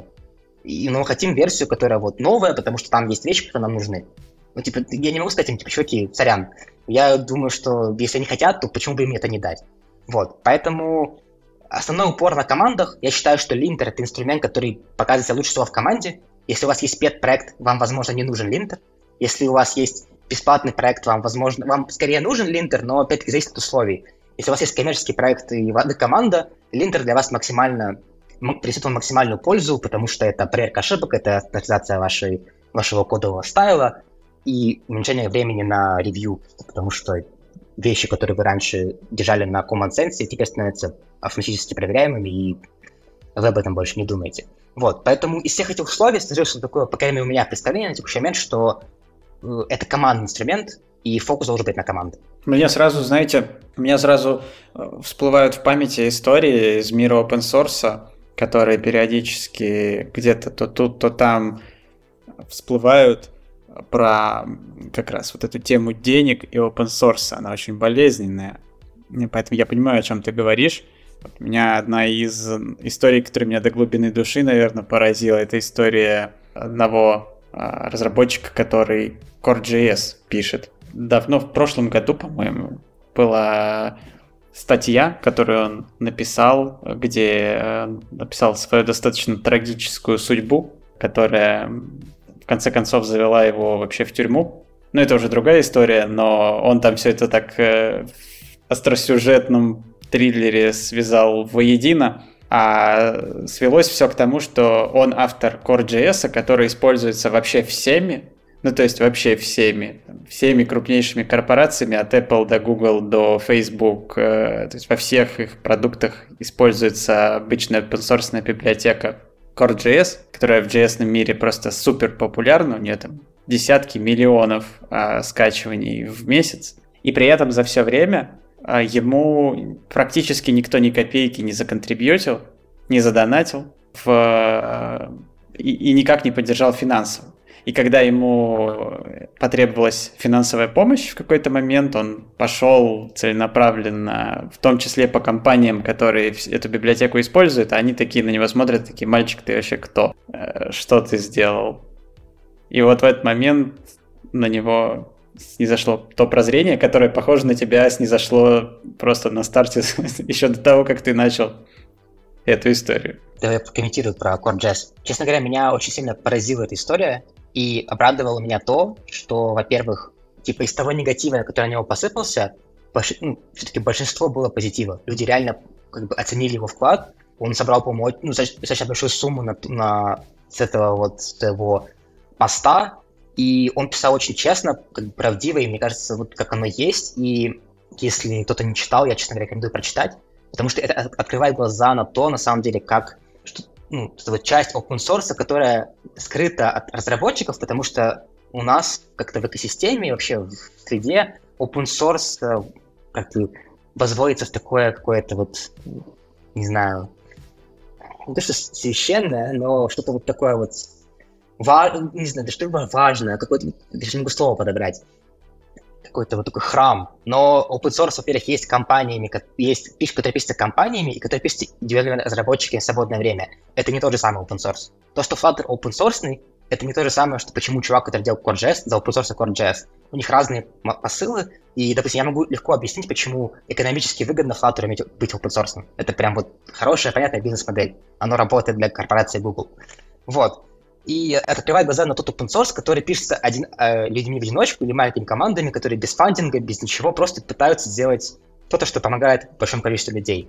И ну, мы хотим версию, которая вот новая, потому что там есть вещи, которые нам нужны. Ну, типа, я не могу сказать им, типа, чуваки, сорян. Я думаю, что если они хотят, то почему бы им это не дать? Вот, поэтому основной упор на командах. Я считаю, что линтер — это инструмент, который показывает себя лучше всего в команде. Если у вас есть пет-проект, вам, возможно, не нужен линтер. Если у вас есть бесплатный проект, вам, возможно, вам скорее нужен линтер, но, опять-таки, зависит от условий. Если у вас есть коммерческий проект и команда, линтер для вас максимально принесет вам максимальную пользу, потому что это проверка ошибок, это автоматизация вашей, вашего кодового стайла и уменьшение времени на ревью, потому что вещи, которые вы раньше держали на common sense, теперь становятся автоматически проверяемыми, и вы об этом больше не думаете. Вот, поэтому из всех этих условий сложилось такое, по крайней мере, у меня представление на текущий момент, что э, это командный инструмент, и фокус должен быть на команду. Мне сразу, знаете, у меня сразу всплывают в памяти истории из мира open source, которые периодически где-то то тут, то там всплывают про как раз вот эту тему денег и open source. Она очень болезненная, поэтому я понимаю, о чем ты говоришь. Вот у меня одна из историй, которая меня до глубины души, наверное, поразила, это история одного а, разработчика, который Core.js пишет. Давно, в прошлом году, по-моему, была статья, которую он написал, где э, написал свою достаточно трагическую судьбу, которая в конце концов завела его вообще в тюрьму. Ну, это уже другая история, но он там все это так э, в остросюжетном триллере связал воедино. А свелось все к тому, что он автор Core.js, который используется вообще всеми, ну то есть вообще всеми, всеми крупнейшими корпорациями, от Apple до Google до Facebook, то есть во всех их продуктах используется обычная open-source библиотека Core.js, которая в джей эс-ном мире просто супер популярна, у нее там десятки миллионов а, скачиваний в месяц, и при этом за все время а, ему практически никто ни копейки не законтрибьютил, не задонатил в, а, и, и никак не поддержал финансово. И когда ему потребовалась финансовая помощь в какой-то момент, он пошел целенаправленно, в том числе по компаниям, которые эту библиотеку используют, а они такие на него смотрят, такие: мальчик, ты вообще кто? Что ты сделал? И вот в этот момент на него снизошло то прозрение, которое, похоже, на тебя снизошло просто на старте, еще до того, как ты начал эту историю. Давай я прокомментирую про Core.js. Честно говоря, меня очень сильно поразила эта история, и обрадовало меня то, что, во-первых, типа из того негатива, который на него посыпался, больш... ну, все-таки большинство было позитива. Люди реально как бы оценили его вклад. Он собрал, по-моему, ну, достаточно большую сумму на, на... с этого вот с его поста, и он писал очень честно, как бы правдиво, и мне кажется, вот как оно есть. И если кто-то не читал, я, честно говоря, рекомендую прочитать, потому что это открывает глаза на то, на самом деле, как... Что, ну, это вот часть open source, которая скрыта от разработчиков, потому что у нас как-то в экосистеме, вообще в среде, open source как-то возводится в такое какое-то вот, не знаю, не то что священное, но что-то вот такое вот, ва- не знаю, да что важное, какое-то, даже не могу слово подобрать, какой-то вот такой храм. Но open source, во-первых, есть компаниями, есть пишка, которая пишется компаниями, и которая пишется индивидуальными разработчиками в свободное время. Это не тот же самый open source. То, что Flutter open source, это не то же самое, что почему чувак, который делал Core.js, за open source Core.js. У них разные посылы, и, допустим, я могу легко объяснить, почему экономически выгодно Flutter быть open source. Это прям вот хорошая, понятная бизнес-модель. Оно работает для корпорации Google. Вот. И это открывает глаза на тот open source, который пишется один, э, людьми в одиночку или маленькими командами, которые без фандинга, без ничего, просто пытаются сделать что-то, что помогает большому количеству людей.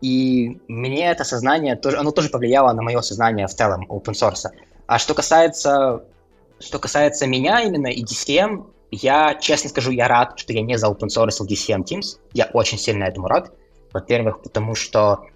И мне это сознание, тоже, оно тоже повлияло на мое сознание в целом open source. А что касается, что касается меня именно и ди си эм, я, честно скажу, я рад, что я не за open source ди си эм Teams. Я очень сильно этому рад. Во-первых, потому что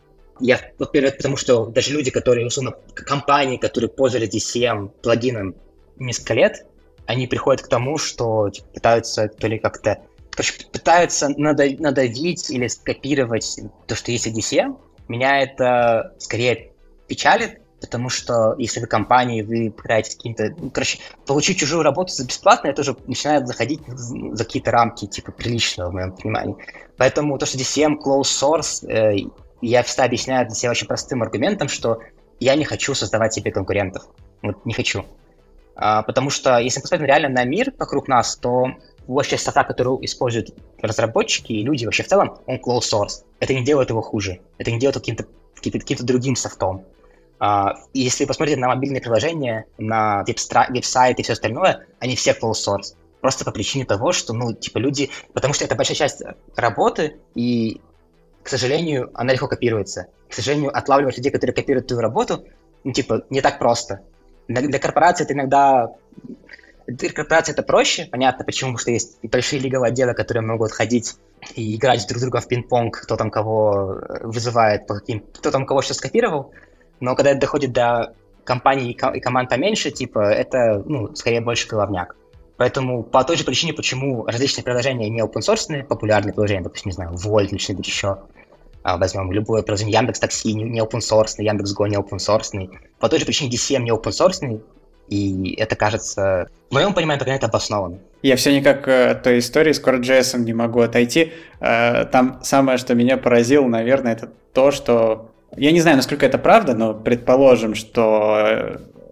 Я, во-первых, потому что даже люди, которые, условно, компании, которые пользовались ди си эм плагином несколько лет, они приходят к тому, что типа, пытаются то ли как-то, короче, пытаются надав- надавить или скопировать то, что есть в ди си эм. Меня это скорее печалит, потому что если вы компания, вы пытаетесь каким-то, ну, короче, получить чужую работу за бесплатно, это уже начинает заходить за какие-то рамки, типа, приличного, в моем понимании. Поэтому то, что ди си эм closed source, э, я всегда объясняю для себя очень простым аргументом, что я не хочу создавать себе конкурентов. Вот не хочу. А, потому что если посмотреть реально на мир вокруг нас, то большая часть софта, которую используют разработчики и люди вообще в целом, он closed source. Это не делает его хуже. Это не делает каким-то, каким-то, каким-то другим софтом. А, и если посмотреть на мобильные приложения, на веб-стра- веб-сайты и все остальное, они все closed source. Просто по причине того, что, ну, типа, люди... Потому что это большая часть работы, и к сожалению, она легко копируется. К сожалению, отлавливать людей, которые копируют твою работу, ну, типа, не так просто. Для, для корпорации это иногда... Для корпорации это проще, понятно почему, потому что есть большие лиговые отделы, которые могут ходить и играть друг друга в пинг-понг, кто там кого вызывает, по каким... кто там кого что скопировал. Но когда это доходит до компаний и, ко- и команд поменьше, типа, это, ну, скорее больше головняк. Поэтому по той же причине, почему различные приложения не open-source, популярные приложения, допустим, не знаю, Volt или что-нибудь еще, возьмем любое приложение, Яндекс.Такси не open-source, Яндекс.Го не open-source, по той же причине ди си эм не open-source, и это кажется, в моем понимании, это обоснованно. Я все никак от той истории с Core.js не могу отойти. Там самое, что меня поразило, наверное, это то, что... Я не знаю, насколько это правда, но предположим, что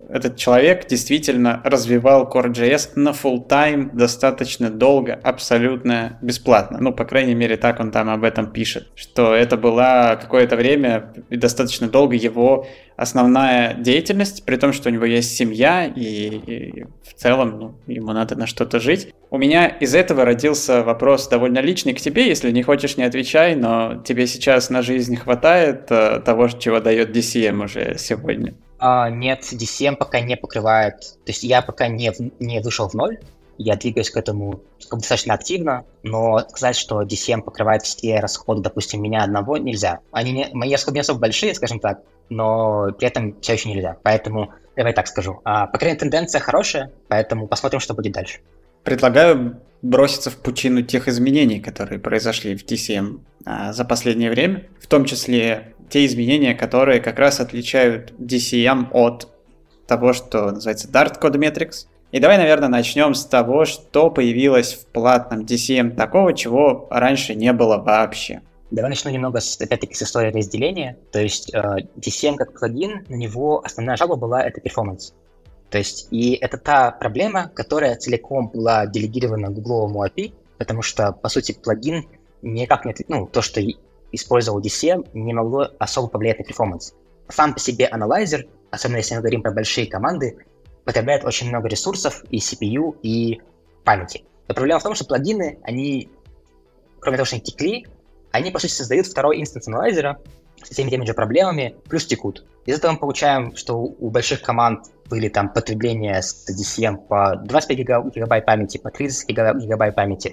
этот человек действительно развивал Core.js на full-time достаточно долго, абсолютно бесплатно. Ну, по крайней мере, так он там об этом пишет, что это была какое-то время и достаточно долго его основная деятельность, при том, что у него есть семья, и, и в целом ну, ему надо на что-то жить. У меня из этого родился вопрос довольно личный к тебе, если не хочешь, не отвечай, но тебе сейчас на жизнь хватает э, того, чего дает ди си эм уже сегодня? А, нет, ди си эм пока не покрывает, то есть я пока не, в, не вышел в ноль, я двигаюсь к этому достаточно активно, но сказать, что ди си эм покрывает все расходы, допустим, меня одного, нельзя. Они не, мои расходы не особо большие, скажем так, но при этом все еще нельзя. Поэтому, давай так скажу. А, по крайней мере, тенденция хорошая, поэтому посмотрим, что будет дальше. Предлагаю броситься в пучину тех изменений, которые произошли в ди си эм а, за последнее время, в том числе те изменения, которые как раз отличают ди си эм от того, что называется Dart Code Metrics. И давай, наверное, начнем с того, что появилось в платном ди си эм такого, чего раньше не было вообще. Давай начну немного, с, опять-таки, с истории разделения. То есть э, ди си эм как плагин, на него основная жалоба была это перформанс. То есть, и это та проблема, которая целиком была делегирована гугловому эй пи ай, потому что, по сути, плагин никак не... Ну, то, что использовал ди си эм, не могло особо повлиять на перформанс. Сам по себе аналайзер, особенно если мы говорим про большие команды, потребляет очень много ресурсов и си пи ю, и памяти. Но проблема в том, что плагины, они, кроме того, что они текли, они, по сути, создают второй инстанс аналайзера со всеми теми же проблемами, плюс текут. Из этого мы получаем, что у больших команд были там потребления с ди си эм по двадцать пять гигабайт памяти, по тридцать гигабайт памяти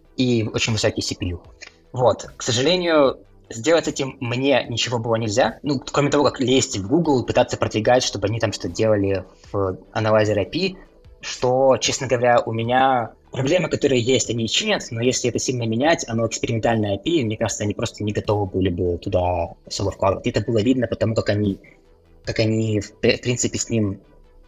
и очень высокий си пи ю. Вот. К сожалению, сделать этим мне ничего было нельзя. Ну, кроме того, как лезть в Google и пытаться продвигать, чтобы они там что-то делали в аналайзере эй пи ай, что, честно говоря, у меня проблемы, которые есть, они чинят, но если это сильно менять, оно экспериментальное эй пи ай, мне кажется, они просто не готовы были бы туда особо вкладывать. И это было видно, потому как они, как они в принципе, с ним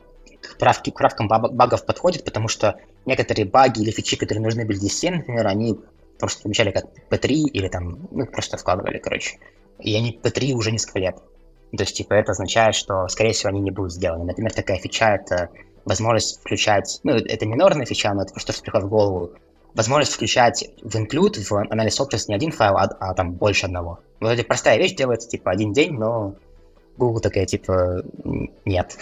к, правке, к правкам багов подходят, потому что некоторые баги или фичи, которые нужны были ди си эм, например, они просто помещали как пи три или там, ну, просто вкладывали, короче. И они пи три уже несколько лет. То есть, типа, это означает, что, скорее всего, они не будут сделаны. Например, такая фича — это возможность включать, ну, это минорная фича, но это просто что приходит в голову, возможность включать в include, в анализ обществ не один файл, а, а там больше одного. Вот эта простая вещь делается, типа, один день, но Google такая, типа, нет.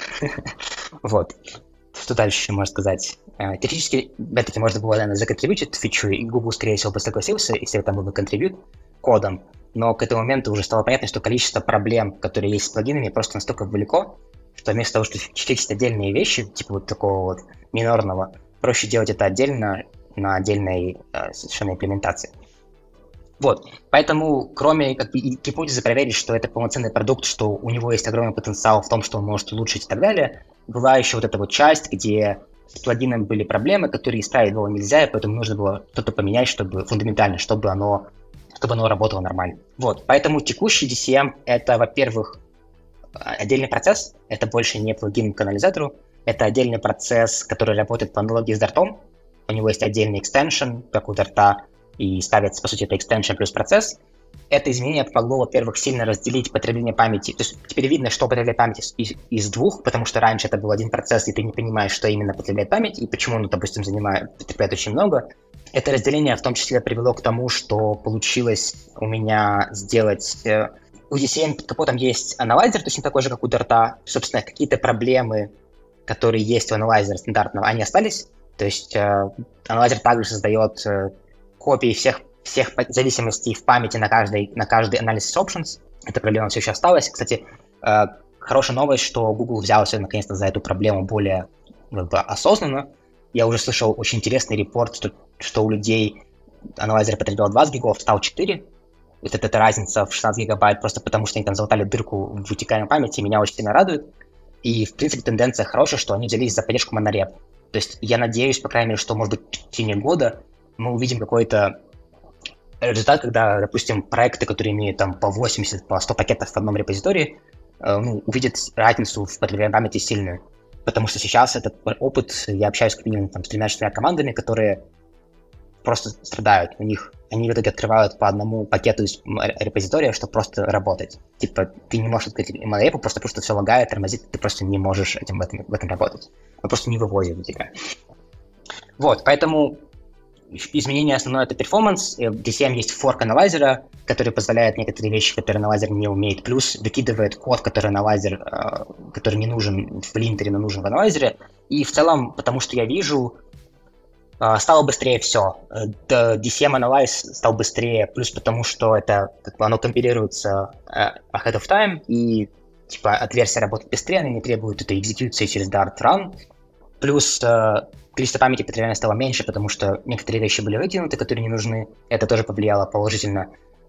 Вот. Что дальше можно сказать? Теоретически, опять-таки, можно было, наверное, законтрибьютить фичу, и Google, скорее всего, бы согласился, если там был бы контрибьют кодом, но к этому моменту уже стало понятно, что количество проблем, которые есть с плагинами, просто настолько велико, что вместо того, чтобы фиксить отдельные вещи, типа вот такого вот минорного, проще делать это отдельно на отдельной э, совершенно имплементации. Вот, поэтому, кроме как бы, гипотезы проверить, что это полноценный продукт, что у него есть огромный потенциал в том, что он может улучшить и так далее, была еще вот эта вот часть, где с плагином были проблемы, которые исправить было нельзя, и поэтому нужно было что-то поменять, чтобы фундаментально, чтобы оно, чтобы оно работало нормально. Вот, поэтому текущий ди си эм — это, во-первых, отдельный процесс, это больше не плагин к анализатору, это отдельный процесс, который работает по аналогии с Dart. У него есть отдельный экстеншн, как у Dart, и ставится, по сути, это экстеншн плюс процесс. Это изменение помогло, во-первых, сильно разделить потребление памяти. То есть теперь видно, что потребляет память из, из двух, потому что раньше это был один процесс, и ты не понимаешь, что именно потребляет память, и почему он, допустим, занимает, потребляет очень много. Это разделение в том числе привело к тому, что получилось у меня сделать... У ди си эм под капотом есть аналайзер, точно такой же, как у Dart. Собственно, какие-то проблемы, которые есть у аналайзера стандартного, они остались. То есть э, аналайзер также создает э, копии всех, всех зависимостей в памяти на каждый, на каждый analysis options. Эта проблема все еще осталась. Кстати, э, хорошая новость, что Google взялся наконец-то за эту проблему более как бы, осознанно. Я уже слышал очень интересный репорт, что, что у людей аналайзер потреблял двадцать гигов, стал четыре. Вот это, это разница в шестнадцать гигабайт, просто потому что они там залатали дырку в вытекаемой памяти, меня очень сильно радует. И, в принципе, тенденция хорошая, что они взялись за поддержку монореп. То есть я надеюсь, по крайней мере, что, может быть, в течение года мы увидим какой-то результат, когда, допустим, проекты, которые имеют там по восемьдесят, по сто пакетов в одном репозитории, э, ну, увидят разницу в потреблении памяти сильную. Потому что сейчас этот опыт, я общаюсь как минимум там, с тремя-четырьмя командами, которые просто страдают. У них они в итоге открывают по одному пакету из репозитория, чтобы просто работать. Типа, ты не можешь открыть эм эл эй просто потому что все лагает, тормозит, ты просто не можешь этим, в, этом, в этом работать. Он просто не вывозит у тебя. Вот, поэтому изменение основное — это перформанс. В ди си эм есть форк аналайзера, который позволяет некоторые вещи, которые аналайзер не умеет, плюс выкидывает код, который аналайзер, который не нужен в линтере, но нужен в аналайзере. И в целом, потому что я вижу, стало быстрее все. ди си эм Analyze стал быстрее, плюс потому что это, как бы, оно компилируется ahead of time, и типа от версии работает быстрее, она не требует этой экзекьюции через Dart Run. Плюс количество памяти потребляемо стало меньше, потому что некоторые вещи были выкинуты, которые не нужны. Это тоже повлияло положительно.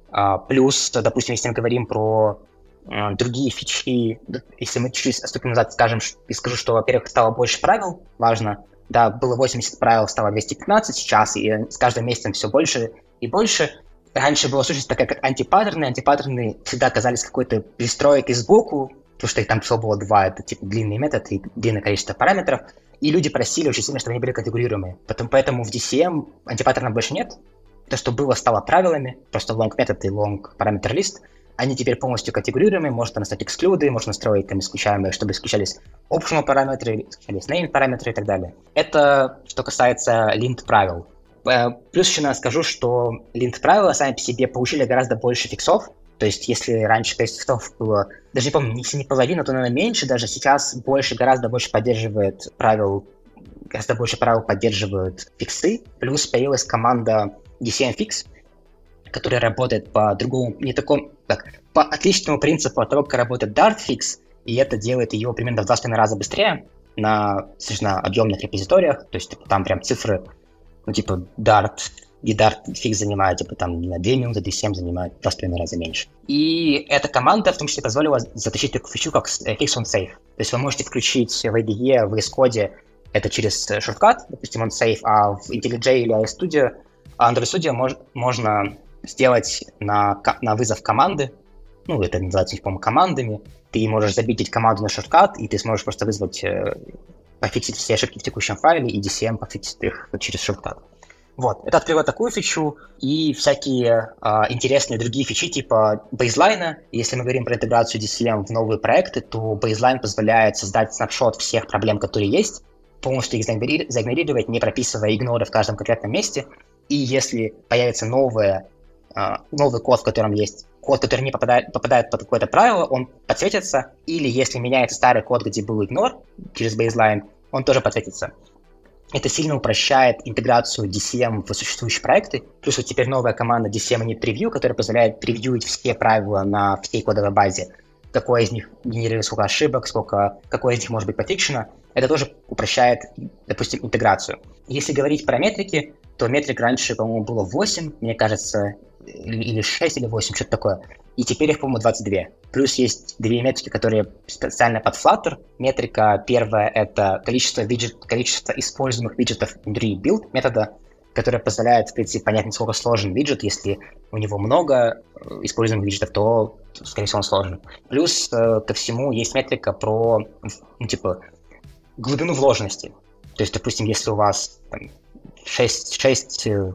Плюс, допустим, если мы говорим про другие фичи, если мы чуть-чуть отступим назад, скажем, и скажу, что, во-первых, стало больше правил, важно. Да, было восемьдесят правил, стало двести пятнадцать сейчас, и с каждым месяцем все больше и больше. Раньше была сущность такая, как антипаттерны. Антипаттерны всегда казались какой-то пристройкой сбоку, потому что их там всего было два, это типа длинный метод и длинное количество параметров. И люди просили очень сильно, чтобы они были конфигурируемые. Потом, поэтому в ди си эм антипаттернов больше нет. То, что было, стало правилами, просто long метод и long параметр лист. Они теперь полностью конфигурируемые, можно настроить эксклюды, можно настроить там исключаемые, чтобы исключались optional параметры, исключались name параметры и так далее. Это что касается lint правил. Плюс еще я скажу, что lint правила сами по себе получили гораздо больше фиксов. То есть, если раньше тестов было, даже не помню, если не половина, то, наверное, меньше, даже сейчас больше, гораздо больше поддерживает правил, гораздо больше правил поддерживают фиксы. Плюс появилась команда ди си эм Fix, которая работает по другому, не такому, так, по отличному принципу от того, как работает Dartfix, и это делает ее примерно в два с половиной раза быстрее на достаточно объемных репозиториях, то есть там прям цифры, ну типа Dart, и Dartfix занимает типа там на две минуты, ди си эм занимает в два с половиной раза меньше. И эта команда в том числе позволила затащить такую фичу, как Fix on Safe. То есть вы можете включить в ай ди и, в Xcode это через шорткат, допустим, on Safe, а в IntelliJ или iStudio, Android Studio мож, можно сделать на, на вызов команды, ну, это называется, по-моему, командами, ты можешь забить команду на шорткат, и ты сможешь просто вызвать, э, пофиксить все ошибки в текущем файле, и ди си эм пофиксит их через шорткат. Вот, это открыло такую фичу, и всякие э, интересные другие фичи, типа бейзлайна. Если мы говорим про интеграцию ди си эм в новые проекты, то бейзлайн позволяет создать снапшот всех проблем, которые есть, полностью их заигнорировать, не прописывая игноры в каждом конкретном месте, и если появится новое новый код, в котором есть код, который не попадает, попадает под какое-то правило, он подсветится, или если меняется старый код, где был ignore через baseline, он тоже подсветится. Это сильно упрощает интеграцию ди си эм в существующие проекты, плюс вот теперь новая команда ди си эм Init Preview, которая позволяет превьюить все правила на всей кодовой базе, какое из них генерирует сколько ошибок, сколько, какое из них может быть пофикшено. Это тоже упрощает, допустим, интеграцию. Если говорить про метрики, то метрик раньше, по-моему, было восемь, мне кажется, или шесть, или восемь, что-то такое. И теперь их, по-моему, двадцать два. Плюс есть две метрики, которые специально под Flutter. Метрика первая — это количество, виджет, количество используемых виджетов внутри build метода, которая позволяет, в принципе, понять, насколько сложен виджет. Если у него много используемых виджетов, то, скорее всего, он сложен. Плюс ко всему есть метрика про, ну, типа, глубину вложенности. То есть, допустим, если у вас там, шесть, шесть э,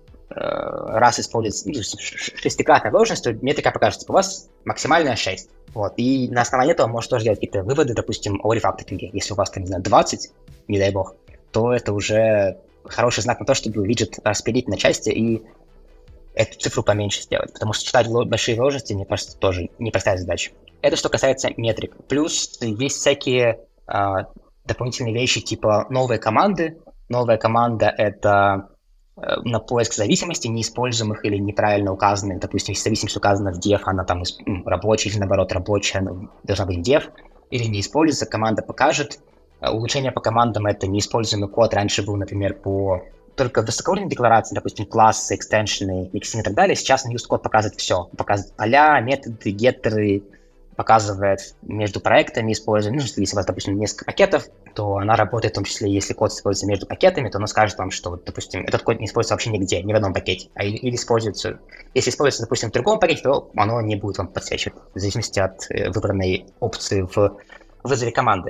раз используется, ну, шестикратная вложенность, то метрика покажет, что у вас максимальная шесть. Вот. И на основании этого можно тоже делать какие-то выводы, допустим, о рефакторинге. Если у вас, там, не знаю, двадцать, не дай бог, то это уже хороший знак на то, чтобы виджет распилить на части и эту цифру поменьше сделать. Потому что читать большие вложенности, мне кажется, тоже непростая задача. Это что касается метрик. Плюс есть всякие а, дополнительные вещи, типа новые команды. Новая команда — это э, на поиск зависимостей, неиспользуемых или неправильно указанных. Допустим, если зависимость указана в def, она там ну, рабочая, или наоборот рабочая, она должна быть def, или не используется, команда покажет. Улучшение по командам — это неиспользуемый код. Раньше был, например, по только высокоуровневой декларации, допустим, классы, экстеншены, миксинг и так далее. Сейчас Unused код показывает все. Показывает поля, методы, геттеры, показывает между проектами использование. Ну, если у вас, допустим, несколько пакетов, то она работает в том числе, если код используется между пакетами, то она скажет вам, что, вот, допустим, этот код не используется вообще нигде, ни в одном пакете. А или, или используется, если используется, допустим, в другом пакете, то оно не будет вам подсвечивать, в зависимости от э, выбранной опции в вызове команды.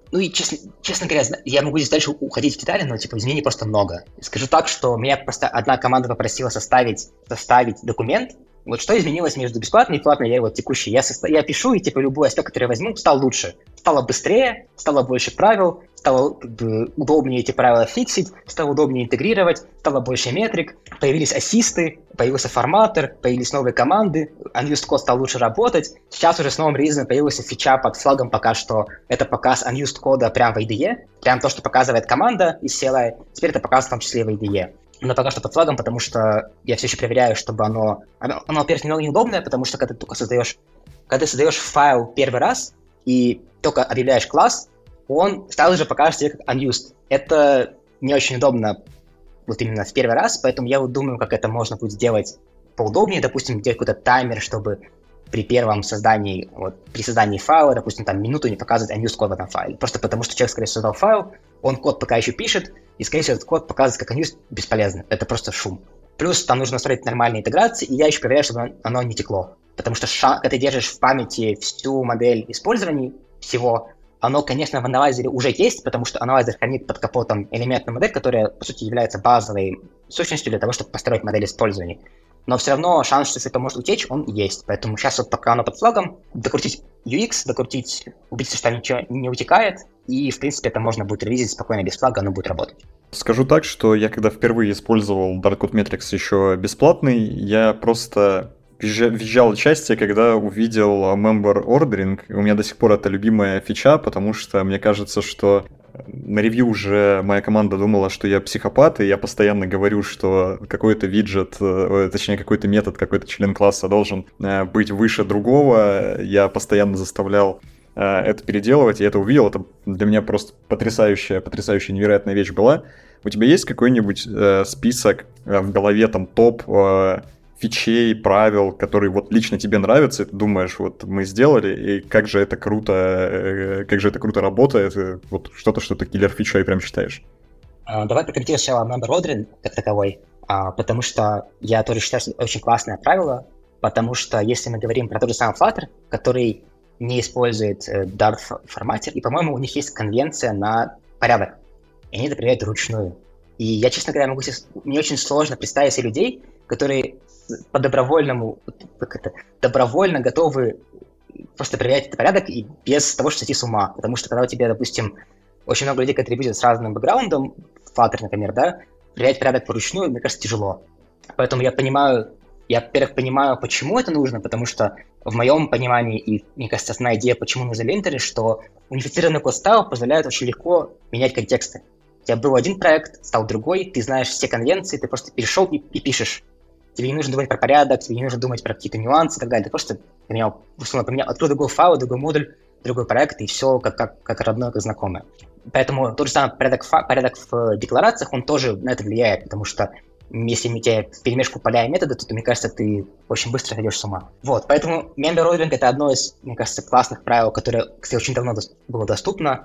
Ну и, честно, честно говоря, я могу здесь дальше уходить в детали, но, типа, изменений просто много. Скажу так, что меня просто одна команда попросила составить, составить документ. Вот что изменилось между бесплатной и платной, я его текущий. Я, состо... я пишу, и, типа, любой аспект, который я возьму, стал лучше. Стало быстрее, стало больше правил, стало как бы, удобнее эти правила фиксить, стало удобнее интегрировать, стало больше метрик, появились ассисты, появился форматор, появились новые команды, unused код стал лучше работать. Сейчас уже с новым релизом появился фича под флагом пока что. Это показ unused кода прямо в ай ди и, прям то, что показывает команда из си эл ай, теперь это показывает в том числе и в ай ди и. Но пока что под флагом, потому что я все еще проверяю, чтобы оно... Оно, оно во-первых, немного неудобное, потому что когда ты только создаешь... Когда ты создаешь файл первый раз и только объявляешь класс, он сразу же покажет тебе как unused. Это не очень удобно вот именно в первый раз, поэтому я вот думаю, как это можно будет сделать поудобнее. Допустим, делать какой-то таймер, чтобы при первом создании, вот, при создании файла, допустим, там минуту не показывать unused код в этом файле. Просто потому что человек, скорее всего, создал файл, он код пока еще пишет, и, скорее всего, этот код показывает как unused бесполезно. Это просто шум. Плюс там нужно настроить нормальные интеграции, и я еще проверяю, чтобы оно не текло. Потому что ша- когда ты держишь в памяти всю модель использования всего, оно, конечно, в аналайзере уже есть, потому что аналайзер хранит под капотом элементную модель, которая, по сути, является базовой сущностью для того, чтобы построить модель использования. Но все равно шанс, что это может утечь, он есть. Поэтому сейчас вот пока оно под флагом, докрутить ю экс, докрутить, убедиться, что ничего не утекает, и, в принципе, это можно будет ревизить спокойно без флага, оно будет работать. Скажу так, что я когда впервые использовал Dartcode Metrics еще бесплатный, я просто въезжал части, когда увидел member ordering. У меня до сих пор это любимая фича, потому что мне кажется, что на ревью уже моя команда думала, что я психопат, и я постоянно говорю, что какой-то виджет, точнее какой-то метод, какой-то член класса должен быть выше другого. Я постоянно заставлял это переделывать, и это увидел. Это для меня просто потрясающая, потрясающая, невероятная вещь была. У тебя есть какой-нибудь э, список э, в голове, там, топ э, фичей, правил, которые вот лично тебе нравятся, и ты думаешь, вот мы сделали, и как же это круто, э, как же это круто работает, и вот что-то, что ты киллер-фичой прям считаешь? Uh, давай прокомментирую сначала member ordering как таковой, uh, потому что я тоже считаю, что это очень классное правило, потому что если мы говорим про тот же самый Flutter, который не использует э, Dart форматер, и, по-моему, у них есть конвенция на порядок, и они это проверяют вручную. И я, честно говоря, могу себе... Мне очень сложно представить себе людей, которые по добровольному, как это, добровольно готовы просто проверять этот порядок и без того, чтобы сойти с ума. Потому что когда у тебя, допустим, очень много людей, которые видят с разным бэкграундом, Flutter, например, да, проверять порядок вручную, мне кажется, тяжело. Поэтому я понимаю, я, во-первых, понимаю, почему это нужно, потому что в моем понимании, и, мне кажется, основная идея, почему нужны линтеры, что унифицированный код стайл позволяет очень легко менять контексты. У тебя был один проект, стал другой, ты знаешь все конвенции, ты просто перешел и, и пишешь. Тебе не нужно думать про порядок, тебе не нужно думать про какие-то нюансы и так далее. Ты просто поменял, условно, поменял, открыл другой файл, другой модуль, другой проект, и все как, как, как родное, как знакомое. Поэтому тот же самый порядок, порядок в декларациях, он тоже на это влияет, потому что если у тебя в перемешку поля и методы, то, мне кажется, ты очень быстро сойдешь с ума. Вот, поэтому member ordering — это одно из, мне кажется, классных правил, которое, кстати, очень давно было доступно,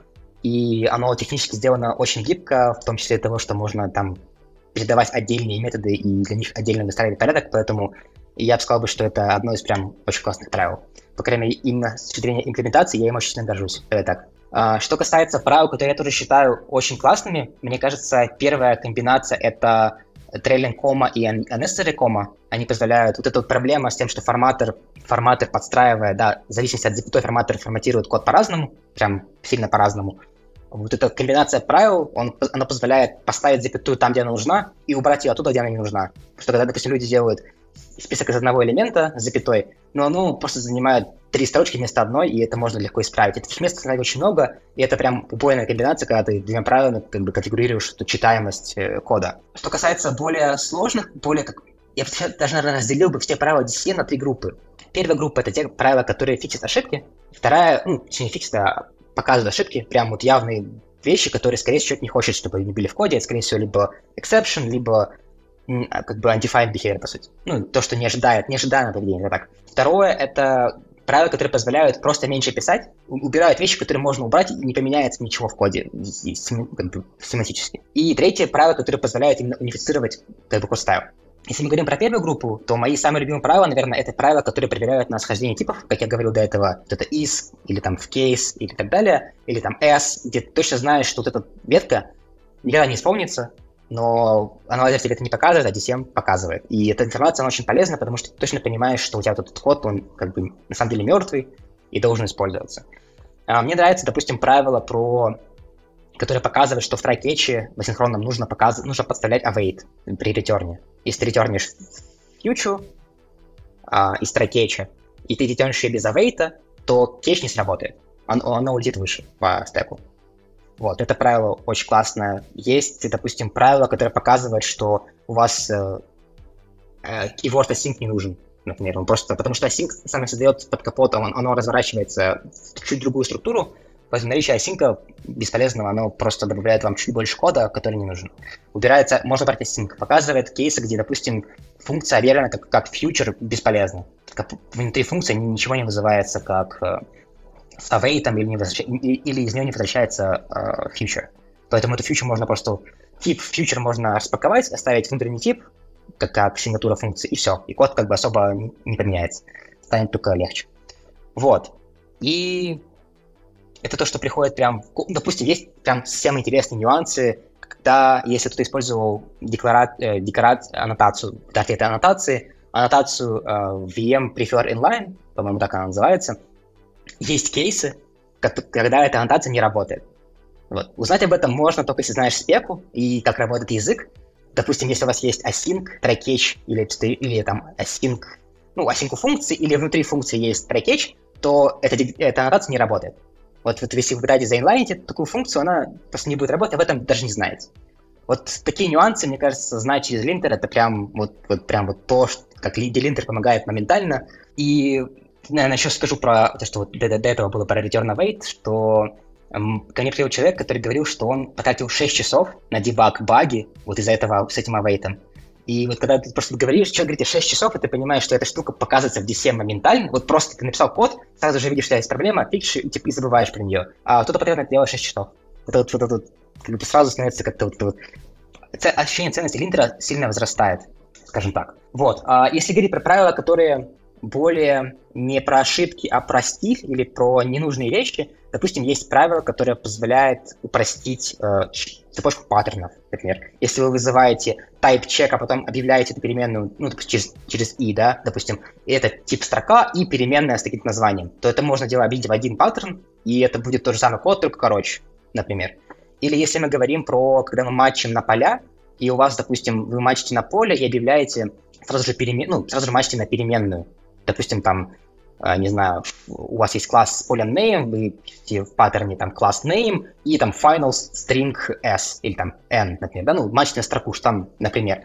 и оно технически сделано очень гибко, в том числе того, что можно там передавать отдельные методы и для них отдельно выстраивать порядок, поэтому я бы сказал, что это одно из прям очень классных правил. По крайней мере, именно с точки зрения имплементации я им очень сильно горжусь. Это так. А, что касается правил, которые я тоже считаю очень классными, мне кажется, первая комбинация — это trailing comma и unnecessary comma. Они позволяют... Вот эта вот проблема с тем, что форматор, форматор подстраивая, да, в зависимости от запятой, форматор форматирует код по-разному, прям сильно по-разному. Вот эта комбинация правил, он, она позволяет поставить запятую там, где она нужна, и убрать ее оттуда, где она не нужна. Потому что когда, допустим, люди делают список из одного элемента с запятой, но оно просто занимает три строчки вместо одной, и это можно легко исправить. Этих мест становится очень много, и это прям убойная комбинация, когда ты двумя правилами как бы конфигурируешь эту читаемость э, кода. Что касается более сложных, более как... Я бы даже, наверное, разделил бы все правила ди си эн на три группы. Первая группа — это те правила, которые фиксят ошибки. Вторая, ну, точнее, фиксят, а показывают ошибки, прям вот явные вещи, которые, скорее всего, человек не хочет, чтобы они были в коде. Это, скорее всего, либо exception, либо как бы undefined behavior, по сути. Ну, то, что не ожидает, не ожидаемое поведение, так. Второе — это правила, которые позволяют просто меньше писать, убирают вещи, которые можно убрать, и не поменяется ничего в коде как бы, семантически. И третье — правила, которые позволяют именно унифицировать как бы код-стайл. Если мы говорим про первую группу, то мои самые любимые правила, наверное, это правила, которые проверяют на схождение типов, как я говорил до этого. Вот это is, или там в case, или так далее, или там s, где ты точно знаешь, что вот эта ветка никогда не исполнится, но анализер тебе это не показывает, а ди си эм показывает. И эта информация, она очень полезна, потому что ты точно понимаешь, что у тебя вот этот код, он как бы на самом деле мертвый и должен использоваться. А мне нравится, допустим, правило про... которое показывает, что в try-catch в асинхронном нужно, показ... нужно подставлять await при ретерне. Если ты ретернешь future а, из try-catch, и ты ретернешь ее без await, то catch не сработает. Оно, оно улетит выше по стеку. Вот, это правило очень классное. Есть, допустим, правило, которое показывает, что у вас э, э, keyword async не нужен, например. Он просто, потому что async сам создает под капотом, он, оно разворачивается в чуть другую структуру, поэтому наличие async бесполезного, оно просто добавляет вам чуть больше кода, который не нужен. Убирается, можно брать async, показывает кейсы, где, допустим, функция объявлена как, как future бесполезна. Как внутри функции ничего не вызывается как... Э, с await или, не возвращ... или из нее не возвращается uh, future. Поэтому эту future можно просто... Тип future можно распаковать, оставить внутренний тип, как, как сигнатура функции, и все. И код как бы особо не поменяется. Станет только легче. Вот. И это то, что приходит прям... Допустим, есть прям совсем интересные нюансы, когда, если кто-то использовал декларат... э, декорат... аннотацию, в Dart это аннотации, аннотацию э, ви эм prefer inline, по-моему, так она называется, есть кейсы, когда эта аннотация не работает. Вот. Узнать об этом можно только если знаешь спеку и как работает язык. Допустим, если у вас есть async, try-catch или, или там async, ну, async функции, или внутри функции есть try-catch, то эта, эта аннотация не работает. Вот, вот если вы пытаетесь заинлайнить такую функцию, она просто не будет работать, об этом даже не знаете. Вот такие нюансы, мне кажется, знать через линтер, это прям вот, вот, прям вот то, что, как линтер помогает моментально. И наверное, еще скажу про то, что вот до, до этого было про return await, что эм, ко мне приходил человек, который говорил, что он потратил шесть часов на дебаг баги вот из-за этого с этим await. И вот когда ты просто говоришь, человек говорит, шесть часов, и ты понимаешь, что эта штука показывается в ди си эм моментально, вот просто ты написал код, сразу же видишь, что есть проблема, фикши, и, типа, и забываешь про нее. А кто-то потребно это делает шесть часов. Это вот, вот, вот, вот как бы сразу становится как-то вот, вот... ощущение ценности линтера сильно возрастает, скажем так. Вот. А если говорить про правила, которые более не про ошибки, а про стиль или про ненужные вещи, допустим, есть правило, которое позволяет упростить э, цепочку паттернов, например. Если вы вызываете type check, а потом объявляете эту переменную, ну, допустим, через, через i, да, допустим, и это тип строка и переменная с таким названием, то это можно делать объявить в один паттерн, и это будет тот же самый код, только короче, например. Или если мы говорим про, когда мы матчим на поля, и у вас, допустим, вы матчите на поле и объявляете сразу же, перемен... ну, сразу же матчите на переменную. Допустим, там, э, не знаю, у вас есть класс с полем name, вы пишете в паттерне там класс name и там final string s или там n, например, да, ну, матчите на строку, что там, например,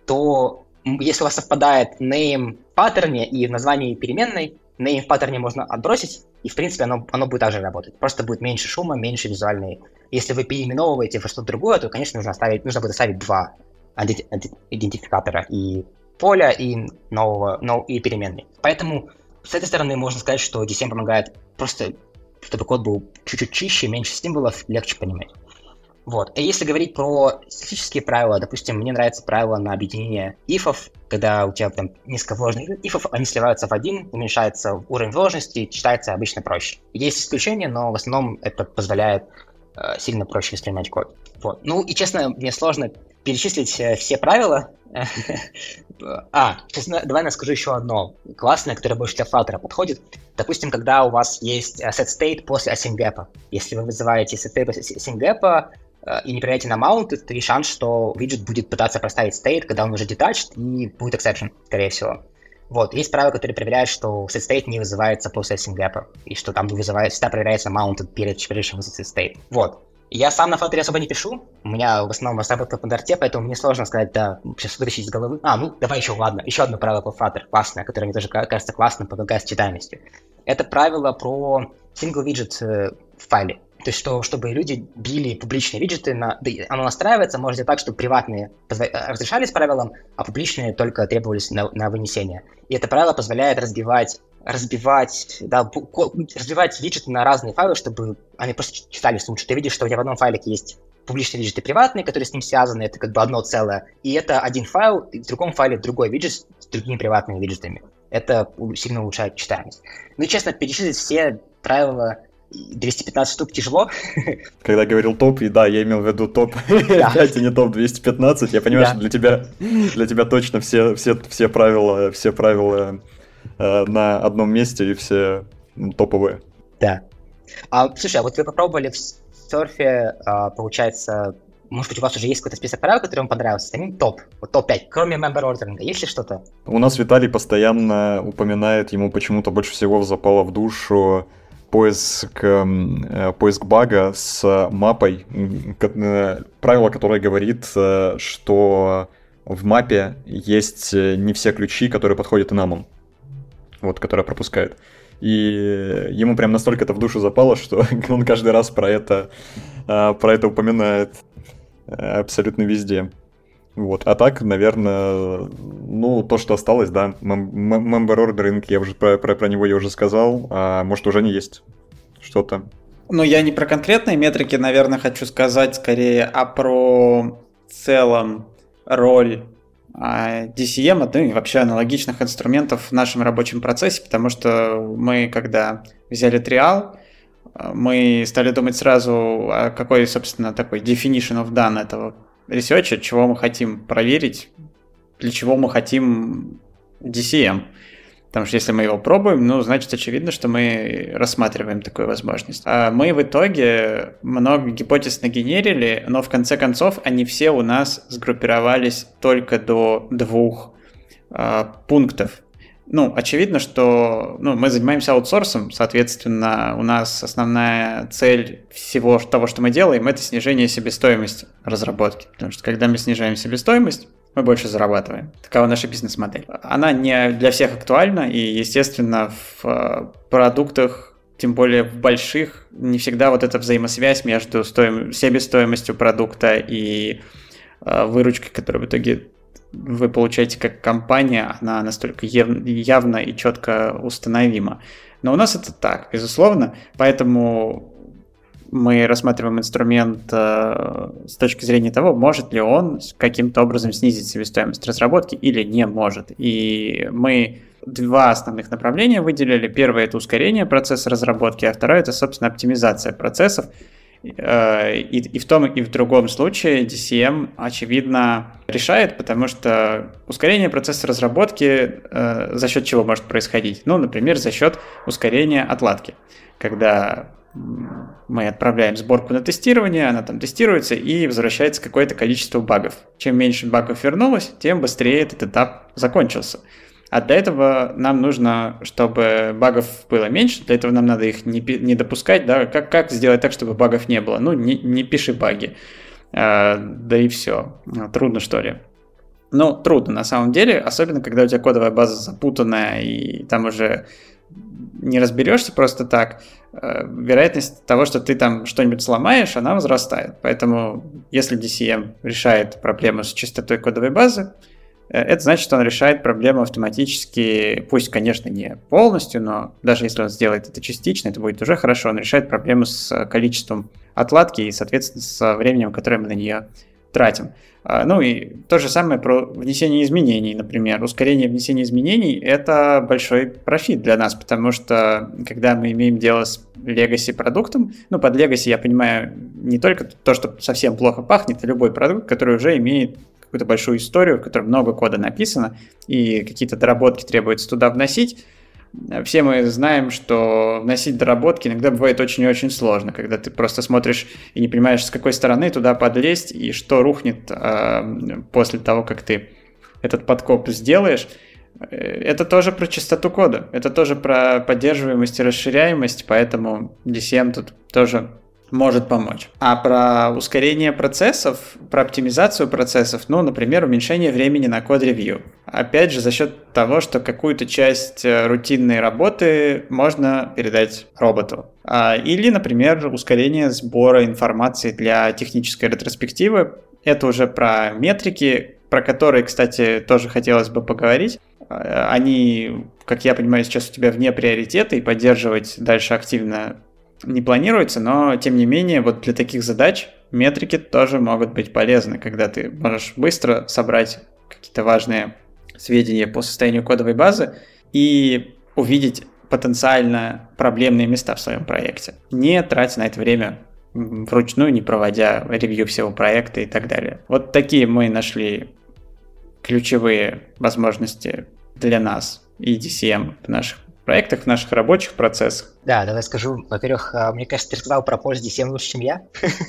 то если у вас совпадает name в паттерне и в названии переменной, name в паттерне можно отбросить, и, в принципе, оно, оно будет также работать. Просто будет меньше шума, меньше визуальной. Если вы переименовываете во что-то другое, то, конечно, нужно, оставить, нужно будет оставить два идентификатора, и поля, и нового, но и переменной. Поэтому с этой стороны можно сказать, что ди си эм помогает просто, чтобы код был чуть-чуть чище, меньше символов, легче понимать. Вот. И если говорить про статические правила, допустим, мне нравится правило на объединение ифов, когда у тебя там несколько вложенных ифов, они сливаются в один, уменьшается уровень вложенности, читается обычно проще. Есть исключения, но в основном это позволяет э, сильно проще воспринимать код. Вот. Ну и честно, мне сложно перечислить э, все правила. А, сейчас давай я скажу еще одно классное, которое больше для Flutter подходит. Допустим, когда у вас есть setState после async-gap. Если вы вызываете setState после async-gap и не проверяете на mount, то есть шанс, что виджет будет пытаться проставить state, когда он уже detached, и будет exception, скорее всего. Вот, есть правило, которое проверяет, что setState не вызывается после async-gap, и что там вызывает, всегда проверяется mount перед чем вызвать setState. Вот. Я сам на Flutter особо не пишу, у меня в основном разработка по Dart, поэтому мне сложно сказать, да, сейчас вытащить из головы. А, ну, давай еще, ладно, еще одно правило по Flutter, классное, которое мне тоже кажется классным, помогает с читаемостью. Это правило про single widget в файле. То есть, что, чтобы люди били публичные виджеты, на, да, оно настраивается, можно сделать так, чтобы приватные разрешались правилам, а публичные только требовались на, на вынесение. И это правило позволяет разбивать разбивать, да, разбивать виджеты на разные файлы, чтобы они просто читались лучше. Ты видишь, что у тебя в одном файлике есть публичный виджет и приватный, который с ним связаны, это как бы одно целое. И это один файл, и в другом файле другой виджет с другими приватными виджетами. Это сильно улучшает читаемость. Ну и, честно, перечислить все правила двести пятнадцать штук тяжело. Когда говорил топ, и да, я имел в виду топ пять, а не топ двести пятнадцать. Я понимаю, что для тебя, для тебя точно все, все, все правила, все правила э, на одном месте и все топовые. Да. А, слушай, а вот вы попробовали в серфе, а, получается, может быть, у вас уже есть какой-то список правил, который вам понравился? Самим топ, вот топ пять, кроме member ordering, есть ли что-то? У нас Виталий постоянно упоминает, ему почему-то больше всего запало в душу поиск, э, поиск бага с мапой, э, правило, которое говорит, э, что в мапе есть не все ключи, которые подходят enamel, вот, которые пропускает. И ему прям настолько это в душу запало, что он каждый раз про это, э, про это упоминает абсолютно везде. Вот. А так, наверное, ну, то, что осталось, да, member ordering, я уже про, про, про него я уже сказал, а может, уже не есть что-то. Ну, я не про конкретные метрики, наверное, хочу сказать скорее, а про в целом роль ди си эм, ну и вообще аналогичных инструментов в нашем рабочем процессе, потому что мы, когда взяли триал, мы стали думать сразу, а какой, собственно, такой definition of done этого ресерча, чего мы хотим проверить, для чего мы хотим ди си эм. Потому что если мы его пробуем, ну, значит, очевидно, что мы рассматриваем такую возможность. А мы в итоге много гипотез нагенерили, но в конце концов они все у нас сгруппировались только до двух э, пунктов. Ну, очевидно, что ну, мы занимаемся аутсорсом, соответственно, у нас основная цель всего того, что мы делаем, это снижение себестоимости разработки. Потому что когда мы снижаем себестоимость, мы больше зарабатываем. Такова наша бизнес-модель. Она не для всех актуальна, и, естественно, в продуктах, тем более в больших, не всегда вот эта взаимосвязь между стоим... себестоимостью продукта и э, выручкой, которую в итоге вы получаете как компания, она настолько яв... явно и четко установима. Но у нас это так, безусловно, поэтому мы рассматриваем инструмент э, с точки зрения того, может ли он каким-то образом снизить себестоимость разработки или не может. И мы два основных направления выделили. Первое – это ускорение процесса разработки, а второе – это, собственно, оптимизация процессов. Э, и, и в том, и в другом случае ди си эм, очевидно, решает, потому что ускорение процесса разработки э, за счет чего может происходить? Ну, например, за счет ускорения отладки. Когда мы отправляем сборку на тестирование, она там тестируется и возвращается какое-то количество багов. Чем меньше багов вернулось, тем быстрее этот этап закончился. А для этого нам нужно, чтобы багов было меньше, для этого нам надо их не, не допускать. Да? Как, как сделать так, чтобы багов не было? Ну, не, не пиши баги. А, да и все. Трудно, что ли? Ну, трудно на самом деле, особенно когда у тебя кодовая база запутанная, и там уже не разберешься просто так. Вероятность того, что ты там что-нибудь сломаешь, она возрастает. Поэтому, если ди си эм решает проблему с чистотой кодовой базы, это значит, что он решает проблему автоматически, пусть, конечно, не полностью, но даже если он сделает это частично, это будет уже хорошо. Он решает проблему с количеством отладки и, соответственно, с временем, которое мы на нее тратим. Ну и то же самое про внесение изменений, например. Ускорение внесения изменений – это большой профит для нас, потому что когда мы имеем дело с legacy продуктом, ну под legacy я понимаю не только то, что совсем плохо пахнет, а любой продукт, который уже имеет какую-то большую историю, в которой много кода написано, и какие-то доработки требуется туда вносить. Все мы знаем, что вносить доработки иногда бывает очень и очень сложно, когда ты просто смотришь и не понимаешь, с какой стороны туда подлезть и что рухнет э, после того, как ты этот подкоп сделаешь. Это тоже про чистоту кода, это тоже про поддерживаемость и расширяемость, поэтому ди си эм тут тоже может помочь. А про ускорение процессов, про оптимизацию процессов, ну, например, уменьшение времени на код-ревью. Опять же, за счет того, что какую-то часть рутинной работы можно передать роботу. Или, например, ускорение сбора информации для технической ретроспективы. Это уже про метрики, про которые, кстати, тоже хотелось бы поговорить. Они, как я понимаю, сейчас у тебя вне приоритета, и поддерживать дальше активно не планируется, но тем не менее вот для таких задач метрики тоже могут быть полезны, когда ты можешь быстро собрать какие-то важные сведения по состоянию кодовой базы и увидеть потенциально проблемные места в своем проекте, не тратя на это время вручную, не проводя ревью всего проекта и так далее. Вот такие мы нашли ключевые возможности для нас и ди си эм в наших проектах, в наших рабочих процессах. Да, давай скажу. Во-первых, мне кажется, ты рассказал про пользу ди си эм лучше, чем я.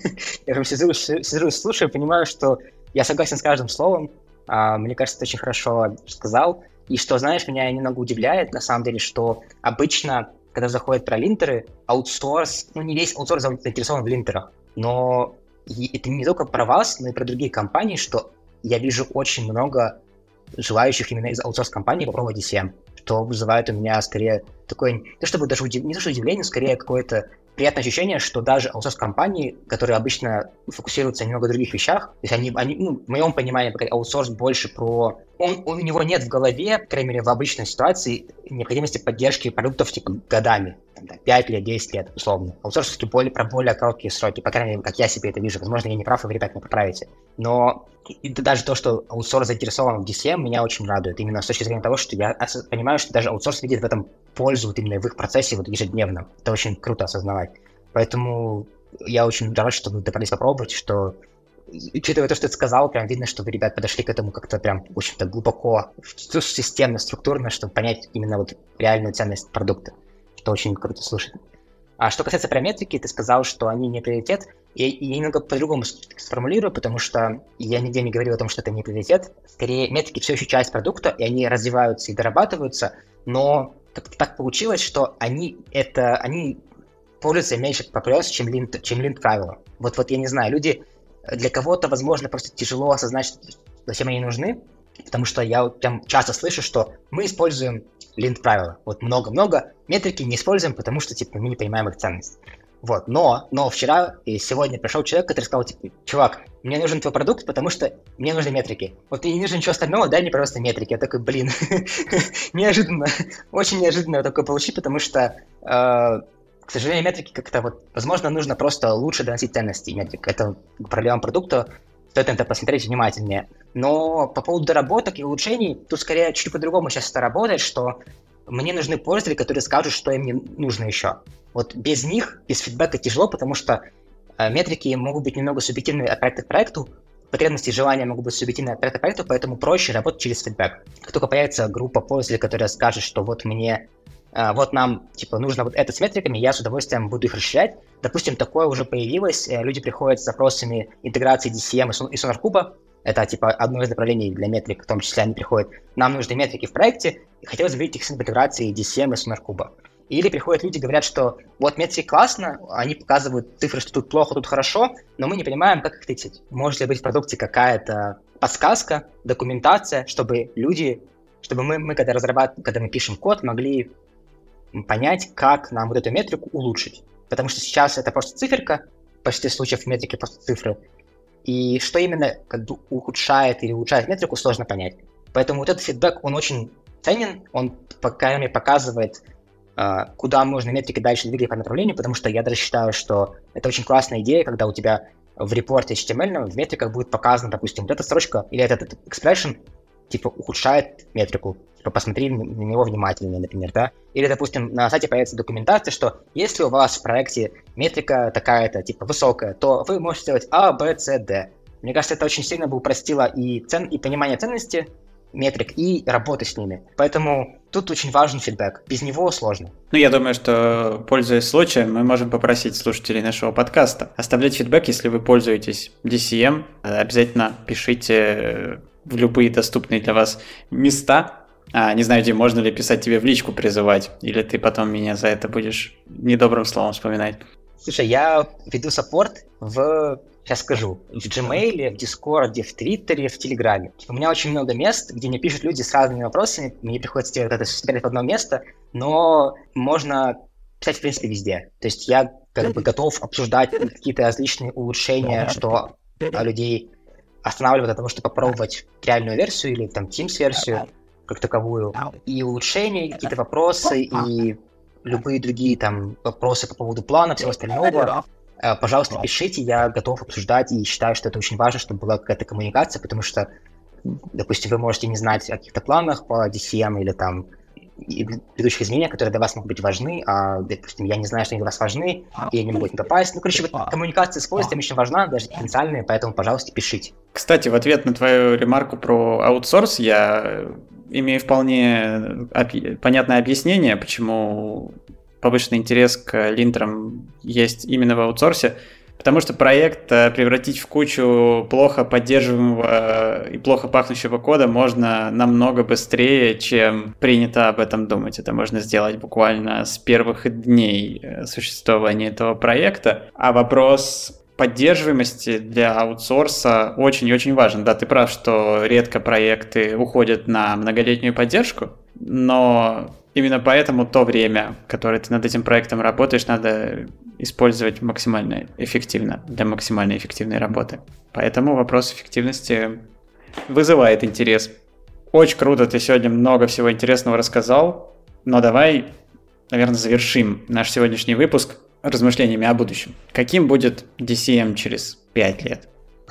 Я прям сижу, сижу и слушаю, понимаю, что я согласен с каждым словом. Мне кажется, ты очень хорошо сказал. И что, знаешь, меня немного удивляет, на самом деле, что обычно, когда заходят про линтеры, аутсорс, ну не весь аутсорс заинтересован в линтерах, но это не только про вас, но и про другие компании, что я вижу очень много желающих именно из аутсорс-компаний попробовать ди си эм, что вызывает у меня скорее такое, не то чтобы даже удив... не то что удивление, скорее какое-то приятное ощущение, что даже аутсорс-компании, которые обычно фокусируются на немного других вещах, то есть они, они ну, в моем понимании, аутсорс больше про... Он, у него нет в голове, по крайней мере, в обычной ситуации, необходимости поддержки продуктов типа годами, там, да, пять лет, десять лет, условно. Аутсорс все-таки более, про более короткие сроки, по крайней мере, как я себе это вижу. Возможно, я не прав, и вы, ребят, меня поправите. Но и даже то, что аутсорс заинтересован в ди си эм, меня очень радует. Именно с точки зрения того, что я понимаю, что даже аутсорс видит в этом пользу вот именно в их процессе вот ежедневном. Это очень круто осознавать. Поэтому я очень рад, что вы добрались попробовать, что, учитывая то, что ты сказал, прям видно, что вы, ребят, подошли к этому как-то прям, в общем-то, глубоко, системно, структурно, чтобы понять именно вот реальную ценность продукта, что очень круто слушать. А что касается про метрики, ты сказал, что они не приоритет, и я немного по-другому сформулирую, потому что я нигде не говорил о том, что это не приоритет. Скорее, метрики все еще часть продукта, и они развиваются и дорабатываются, но как-то так получилось, что они это, они пользуются меньше популярностью, чем линт, чем линт правила. Вот, вот я не знаю, люди, для кого-то, возможно, просто тяжело осознать, зачем они нужны, потому что я прям часто слышу, что мы используем линт правила. Вот много-много, метрики не используем, потому что, типа, мы не понимаем их ценность. Вот, но, но вчера и сегодня пришел человек, который сказал, типа, чувак, мне нужен твой продукт, потому что мне нужны метрики. Вот мне не нужно ничего остального, дай мне просто метрики. Я такой, блин, неожиданно, очень неожиданно такое получить, потому что, к сожалению, метрики как-то вот, возможно, нужно просто лучше доносить ценности метрик. Это к проблемам продукта, стоит это посмотреть внимательнее. Но по поводу доработок и улучшений, тут скорее чуть по-другому сейчас это работает, что мне нужны пользователи, которые скажут, что им не нужно еще. Вот без них, без фидбэка тяжело, потому что э, метрики могут быть немного субъективны от проекта к проекту, потребности и желания могут быть субъективны от проекта к проекту, поэтому проще работать через фидбэк. Как только появится группа пользователей, которая скажет, что вот мне, э, вот нам, типа, нужно вот это с метриками, я с удовольствием буду их расширять. Допустим, такое уже появилось, э, люди приходят с запросами интеграции ди си эм и SonarCube. Это, типа, одно из направлений для метрик, в том числе они приходят. Нам нужны метрики в проекте, и хотелось бы видеть их с интеграцией ди си эм и SonarCube. Или приходят люди, говорят, что вот метрики классно, они показывают цифры, что тут плохо, тут хорошо, но мы не понимаем, как их тестить. Может ли быть в продукте какая-то подсказка, документация, чтобы люди, чтобы мы, мы когда разрабатываем, когда мы пишем код, могли понять, как нам вот эту метрику улучшить. Потому что сейчас это просто циферка, в большинстве случаев метрики просто цифры. И что именно как бы ухудшает или улучшает метрику, сложно понять. Поэтому вот этот фидбэк, он очень ценен, он пока мне показывает, куда можно метрики дальше двигать по направлению, потому что я даже считаю, что это очень классная идея, когда у тебя в репорте эйч ти эм эль в метриках будет показано, допустим, вот эта строчка или этот, этот expression, типа, ухудшает метрику. Типа, посмотри на него внимательнее, например, да? Или, допустим, на сайте появится документация, что если у вас в проекте метрика такая-то, типа, высокая, то вы можете сделать А, Б, С, Д. Мне кажется, это очень сильно бы упростило и, цен, и понимание ценности метрик, и работы с ними. Поэтому тут очень важен фидбэк. Без него сложно. Ну, я думаю, что, пользуясь случаем, мы можем попросить слушателей нашего подкаста оставлять фидбэк, если вы пользуетесь ди си эм. Обязательно пишите в любые доступные для вас места. А, не знаю, Дим, можно ли писать тебе в личку, призывать, или ты потом меня за это будешь недобрым словом вспоминать? Слушай, я веду саппорт в... Сейчас скажу. В Gmail, в Discord, в Твиттере, в Телеграме. У меня очень много мест, где мне пишут люди с разными вопросами. Мне приходится делать это собирать в одно место, но можно писать, в принципе, везде. То есть я как бы готов обсуждать какие-то различные улучшения, что людей останавливает от того, чтобы попробовать реальную версию или там Teams-версию как таковую. И улучшения, какие-то вопросы, и любые другие там вопросы по поводу плана, всего остального. пожалуйста, пишите, я готов обсуждать и считаю, что это очень важно, чтобы была какая-то коммуникация, потому что, допустим, вы можете не знать о каких-то планах по ди си эм или там ведущих изменениях, которые для вас могут быть важны, а, допустим, я не знаю, что они для вас важны, и я не могу не попасть. Ну, короче, вот коммуникация с пользователем очень важна, даже потенциальная, поэтому, пожалуйста, пишите. Кстати, в ответ на твою ремарку про аутсорс я имею вполне понятное объяснение, почему повышенный интерес к линтерам есть именно в аутсорсе. Потому что проект превратить в кучу плохо поддерживаемого и плохо пахнущего кода можно намного быстрее, чем принято об этом думать. Это можно сделать буквально с первых дней существования этого проекта. А вопрос поддерживаемости для аутсорса очень и очень важен. Да, ты прав, что редко проекты уходят на многолетнюю поддержку, но именно поэтому то время, которое ты над этим проектом работаешь, надо использовать максимально эффективно для максимально эффективной работы. Поэтому вопрос эффективности вызывает интерес. Очень круто, ты сегодня много всего интересного рассказал, но давай, наверное, завершим наш сегодняшний выпуск размышлениями о будущем. Каким будет ди си эм через пять лет?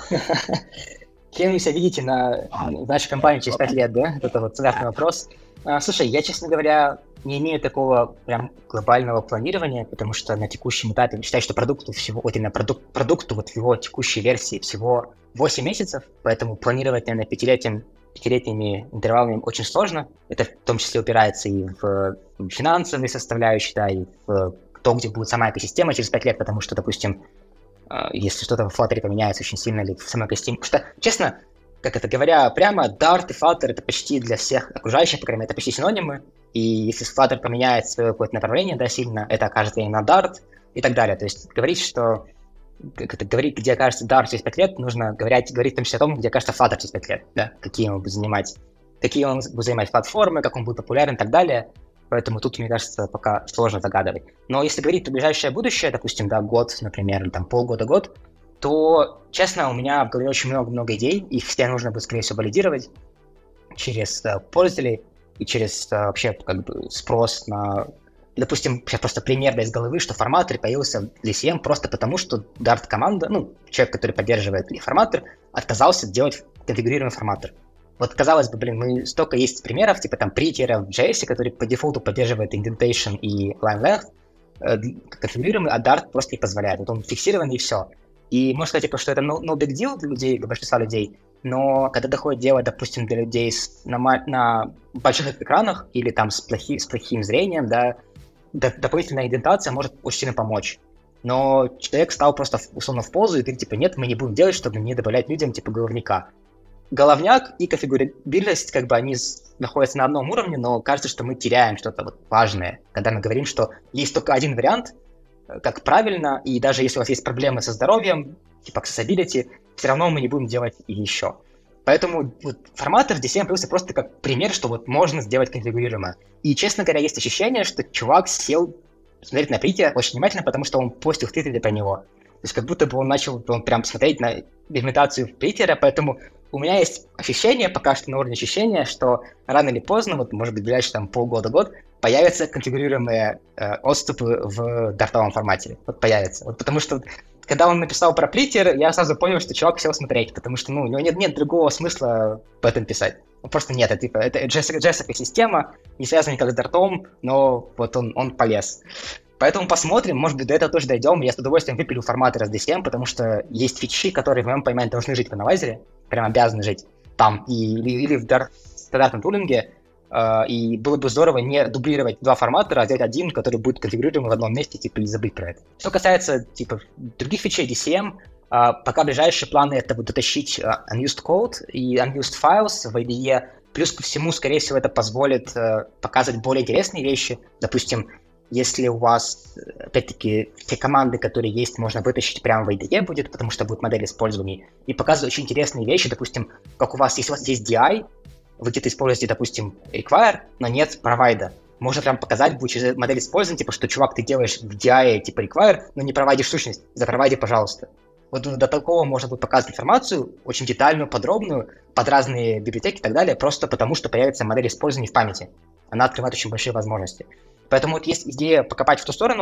Кем вы себя видите на нашей компании через пять лет, да? Это вот стандартный вопрос. Слушай, я, честно говоря, не имею такого прям глобального планирования, потому что на текущем этапе считаю, что продукту всего, вот именно продукт, продукту вот в его текущей версии всего восемь месяцев, поэтому планировать, наверное, пятилетием, пятилетними интервалами очень сложно. Это в том числе упирается и в финансовые составляющие, да, и в то, где будет сама экосистема через пять лет, потому что, допустим, если что-то в Flutter поменяется очень сильно или в самой экосистеме. Потому что, честно, как это говоря, прямо Dart и Flutter это почти для всех окружающих программ, это почти синонимы. И если Flutter поменяет свое какое-то направление, да, сильно, это окажет влияние на Dart и так далее. То есть говорить, что как это говорить, где окажется Dart через пять лет, нужно говорить, говорить в том числе о том, где окажется Flutter через пять лет, да, какие он будет занимать, какие он будет занимать платформы, как он будет популярен и так далее. Поэтому тут, мне кажется, пока сложно загадывать. Но если говорить про ближайшее будущее, допустим, да, год, например, или там полгода-год, то, честно, у меня в голове очень много-много идей, их все нужно будет, скорее всего, валидировать через uh, пользователей и через uh, вообще как бы спрос на... Допустим, сейчас просто пример из головы, что форматор появился в ди си эм просто потому, что Dart-команда, ну, человек, который поддерживает форматор, отказался делать конфигурируемый форматор. Вот, казалось бы, блин, мы столько есть примеров, типа там притера в джей эс, который по дефолту поддерживает indentation и line length, э, конфигурируемый, а Dart просто не позволяет. Вот он фиксированный и все. И можно сказать, типа, что это no, no big deal для людей, для большинства людей, но когда доходит дело, допустим, для людей с, на, на больших экранах или там с, плохи, с плохим зрением, да, дополнительная индентация может очень сильно помочь. Но человек стал просто условно в позу, и ты типа, нет, мы не будем делать, чтобы не добавлять людям типа головника. Головняк и конфигурабильность, как бы они находятся на одном уровне, но кажется, что мы теряем что-то вот важное, когда мы говорим, что есть только один вариант, как правильно, и даже если у вас есть проблемы со здоровьем, типа accessibility, все равно мы не будем делать их еще. Поэтому вот, форматор в ди си эм появился просто как пример, что вот можно сделать конфигурируемо. И, честно говоря, есть ощущение, что чувак сел смотреть на Притер очень внимательно, потому что он постил в Твиттере про него. То есть как будто бы он начал он прям смотреть на имитацию Притера, поэтому у меня есть ощущение, пока что на уровне ощущения, что рано или поздно, вот может быть в ближайшие там полгода-год, появятся конфигурируемые э, отступы в дартовом формате. Вот появятся. Вот потому что когда он написал про Притер, я сразу понял, что чувак сел смотреть, потому что ну, у него нет, нет другого смысла в этом писать. Ну, просто нет, это, типа, это джесс-система, не связана никак с дартом, но вот он, он полез. Поэтому посмотрим, может быть, до этого тоже дойдем. Я с удовольствием выпилю форматы из ди си эм, потому что есть фичи, которые, в моем понимании, должны жить в аналайзере, прям обязаны жить там, и, или, или в дар- стандартном тулинге. Uh, и было бы здорово не дублировать два форматора, а сделать один, который будет конфигурируемый в одном месте, типа, и забыть про это. Что касается, типа, других фичей ди си эм, uh, пока ближайшие планы — это будет дотащить uh, unused code и unused files в ай ди и. Плюс ко всему, скорее всего, это позволит uh, показывать более интересные вещи. Допустим, если у вас, опять-таки, все команды, которые есть, можно вытащить прямо в ай ди и будет, потому что будет модель использования, и показывать очень интересные вещи. Допустим, как у вас, если у вас есть ди ай, вы где-то используете, допустим, require, но нет provide. Можно прям показать, будет через модель использования, типа, что, чувак, ты делаешь в ди ай, типа, require, но не проводишь сущность. Запровайди, пожалуйста. Вот до такого можно будет показывать информацию, очень детальную, подробную, под разные библиотеки и так далее, просто потому что появится модель использования в памяти. Она открывает очень большие возможности. Поэтому вот есть идея покопать в ту сторону,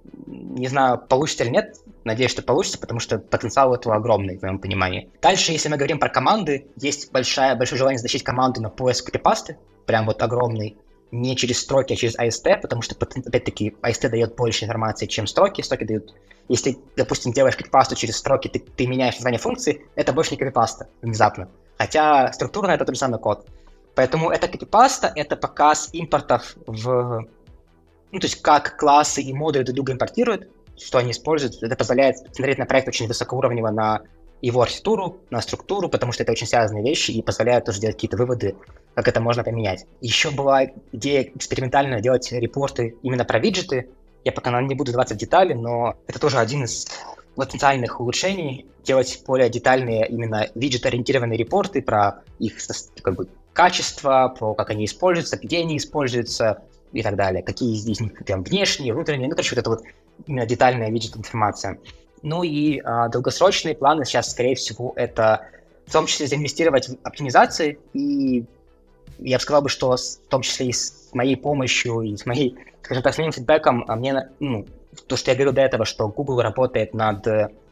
Не знаю, получится или нет. Надеюсь, что получится, потому что потенциал у этого огромный, в моем понимании. Дальше, если мы говорим про команды, есть большое, большое желание затащить команду на поиск крипасты, прям вот огромный, не через строки, а через эй эс ти, потому что, опять-таки, эй эс ти дает больше информации, чем строки. Строки дают... Если, допустим, делаешь крипасту через строки, ты, ты меняешь название функции, это больше не крипаста внезапно. Хотя структурно это тот же самый код. Поэтому это крипаста, это показ импортов в... Ну, то есть как классы и модули друг друга импортируют, что они используют. Это позволяет смотреть на проект очень высокоуровнево, на его архитектуру, на структуру, потому что это очень связанные вещи и позволяют тоже делать какие-то выводы, как это можно поменять. Еще была идея экспериментально делать репорты именно про виджеты. Я пока не буду вдаваться в детали, но это тоже один из потенциальных улучшений. Делать более детальные именно виджет-ориентированные репорты про их как бы, качество, про как они используются, где они используются и так далее. Какие из них прям внешние, внутренние. Ну, короче, вот это вот именно детальная виджет-информация. Ну и а, долгосрочные планы сейчас, скорее всего, это в том числе заинвестировать в оптимизации. И я бы сказал, бы, что с, в том числе и с моей помощью, и с моей, скажем так, с моим фидбэком, а мне, ну, то, что я говорил до этого, что Google работает над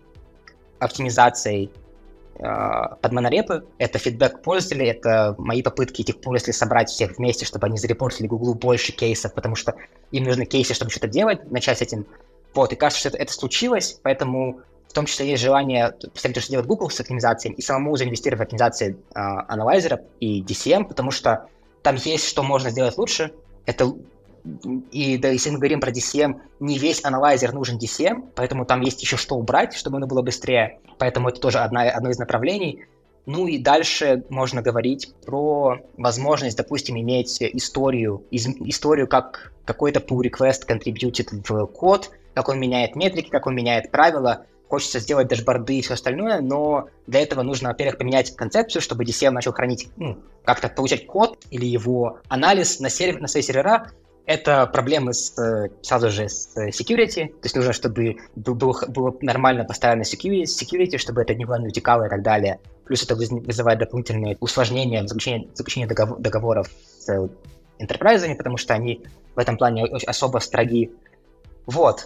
оптимизацией э, под монорепы, это фидбэк пользователей, это мои попытки этих пользователей собрать всех вместе, чтобы они зарепортили Google больше кейсов, потому что им нужны кейсы, чтобы что-то делать, начать с этим. Вот, и кажется, что это, это случилось, поэтому в том числе есть желание посмотреть, что делает Google с оптимизацией, и самому заинвестировать в оптимизации э, аналайзера и ди си эм, потому что там есть, что можно сделать лучше. Это И да, если мы говорим про ди си эм, не весь аналайзер нужен ди си эм, поэтому там есть еще что убрать, чтобы оно было быстрее. Поэтому это тоже одна, одно из направлений. Ну и дальше можно говорить про возможность, допустим, иметь историю, из, историю как какой-то pull request contributed в код, как он меняет метрики, как он меняет правила. Хочется сделать дашборды и все остальное, но для этого нужно, во-первых, поменять концепцию, чтобы ди си эм начал хранить, ну, как-то получать код или его анализ на, сервер, на свои сервера. Это проблемы с, сразу же с security, то есть нужно, чтобы был, было нормально поставлено security, security, чтобы это никуда не утекало и так далее. Плюс это вызывает дополнительные усложнения в заключении, заключении договор, договоров с энтерпрайзами, потому что они в этом плане особо строги. Вот.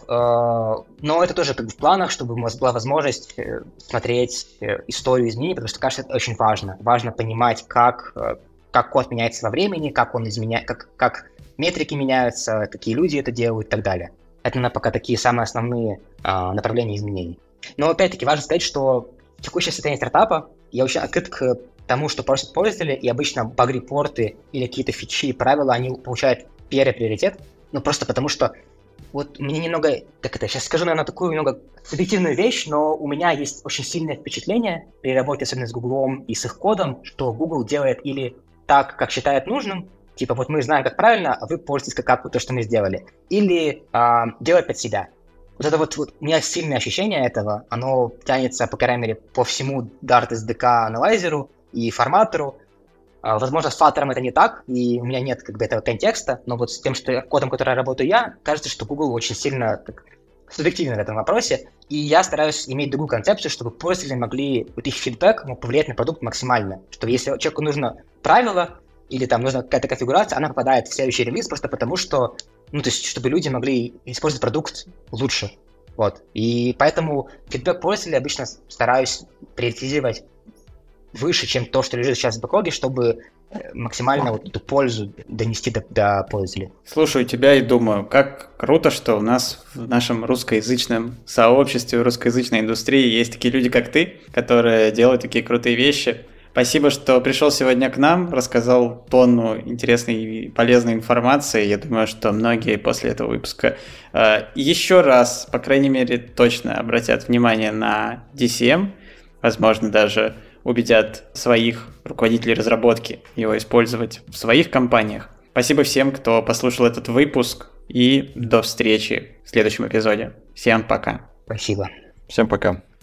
Но это тоже как бы в планах, чтобы у нас была возможность смотреть историю изменений, потому что, кажется, это очень важно. Важно понимать, как, как код меняется во времени, как он изменяет, как, как метрики меняются, какие люди это делают и так далее. Это, наверное, пока такие самые основные а, направления изменений. Но, опять-таки, важно сказать, что текущее состояние стартапа, я очень открыт к тому, что просят пользователи, и обычно баг-репорты или какие-то фичи и правила, они получают первый приоритет, ну, просто потому что вот мне немного, как это, сейчас скажу, наверное, такую немного субъективную вещь, но у меня есть очень сильное впечатление при работе, особенно с Гуглом и с их кодом, что Google делает или так, как считает нужным, типа вот мы знаем, как правильно, а вы пользуетесь как то, что мы сделали, или а, делает под себя. Вот это вот, вот у меня сильное ощущение этого, оно тянется, по крайней мере, по всему Dart эс ди кей аналайзеру и форматору. А, возможно, с Flutter это не так, и у меня нет как бы этого контекста, но вот с тем, что кодом, который работаю я, кажется, что Google очень сильно так, субъективен в этом вопросе, и я стараюсь иметь другую концепцию, чтобы пользователи могли, вот их фидбэк мог повлиять на продукт максимально, что если человеку нужно правило, или там нужна какая-то конфигурация, она попадает в следующий релиз просто потому, что, ну, то есть, чтобы люди могли использовать продукт лучше, вот. И поэтому фидбэк пользователей обычно стараюсь приоритизировать выше, чем то, что лежит сейчас в бэклоге, чтобы максимально вот эту пользу донести до, до пользователей. Слушаю тебя и думаю, как круто, что у нас в нашем русскоязычном сообществе, в русскоязычной индустрии есть такие люди, как ты, которые делают такие крутые вещи. Спасибо, что пришел сегодня к нам, рассказал тонну интересной и полезной информации. Я думаю, что многие после этого выпуска э, еще раз, по крайней мере, точно обратят внимание на ди си эм, возможно, даже убедят своих руководителей разработки его использовать в своих компаниях. Спасибо всем, кто послушал этот выпуск, и до встречи в следующем эпизоде. Всем пока. Спасибо. Всем пока.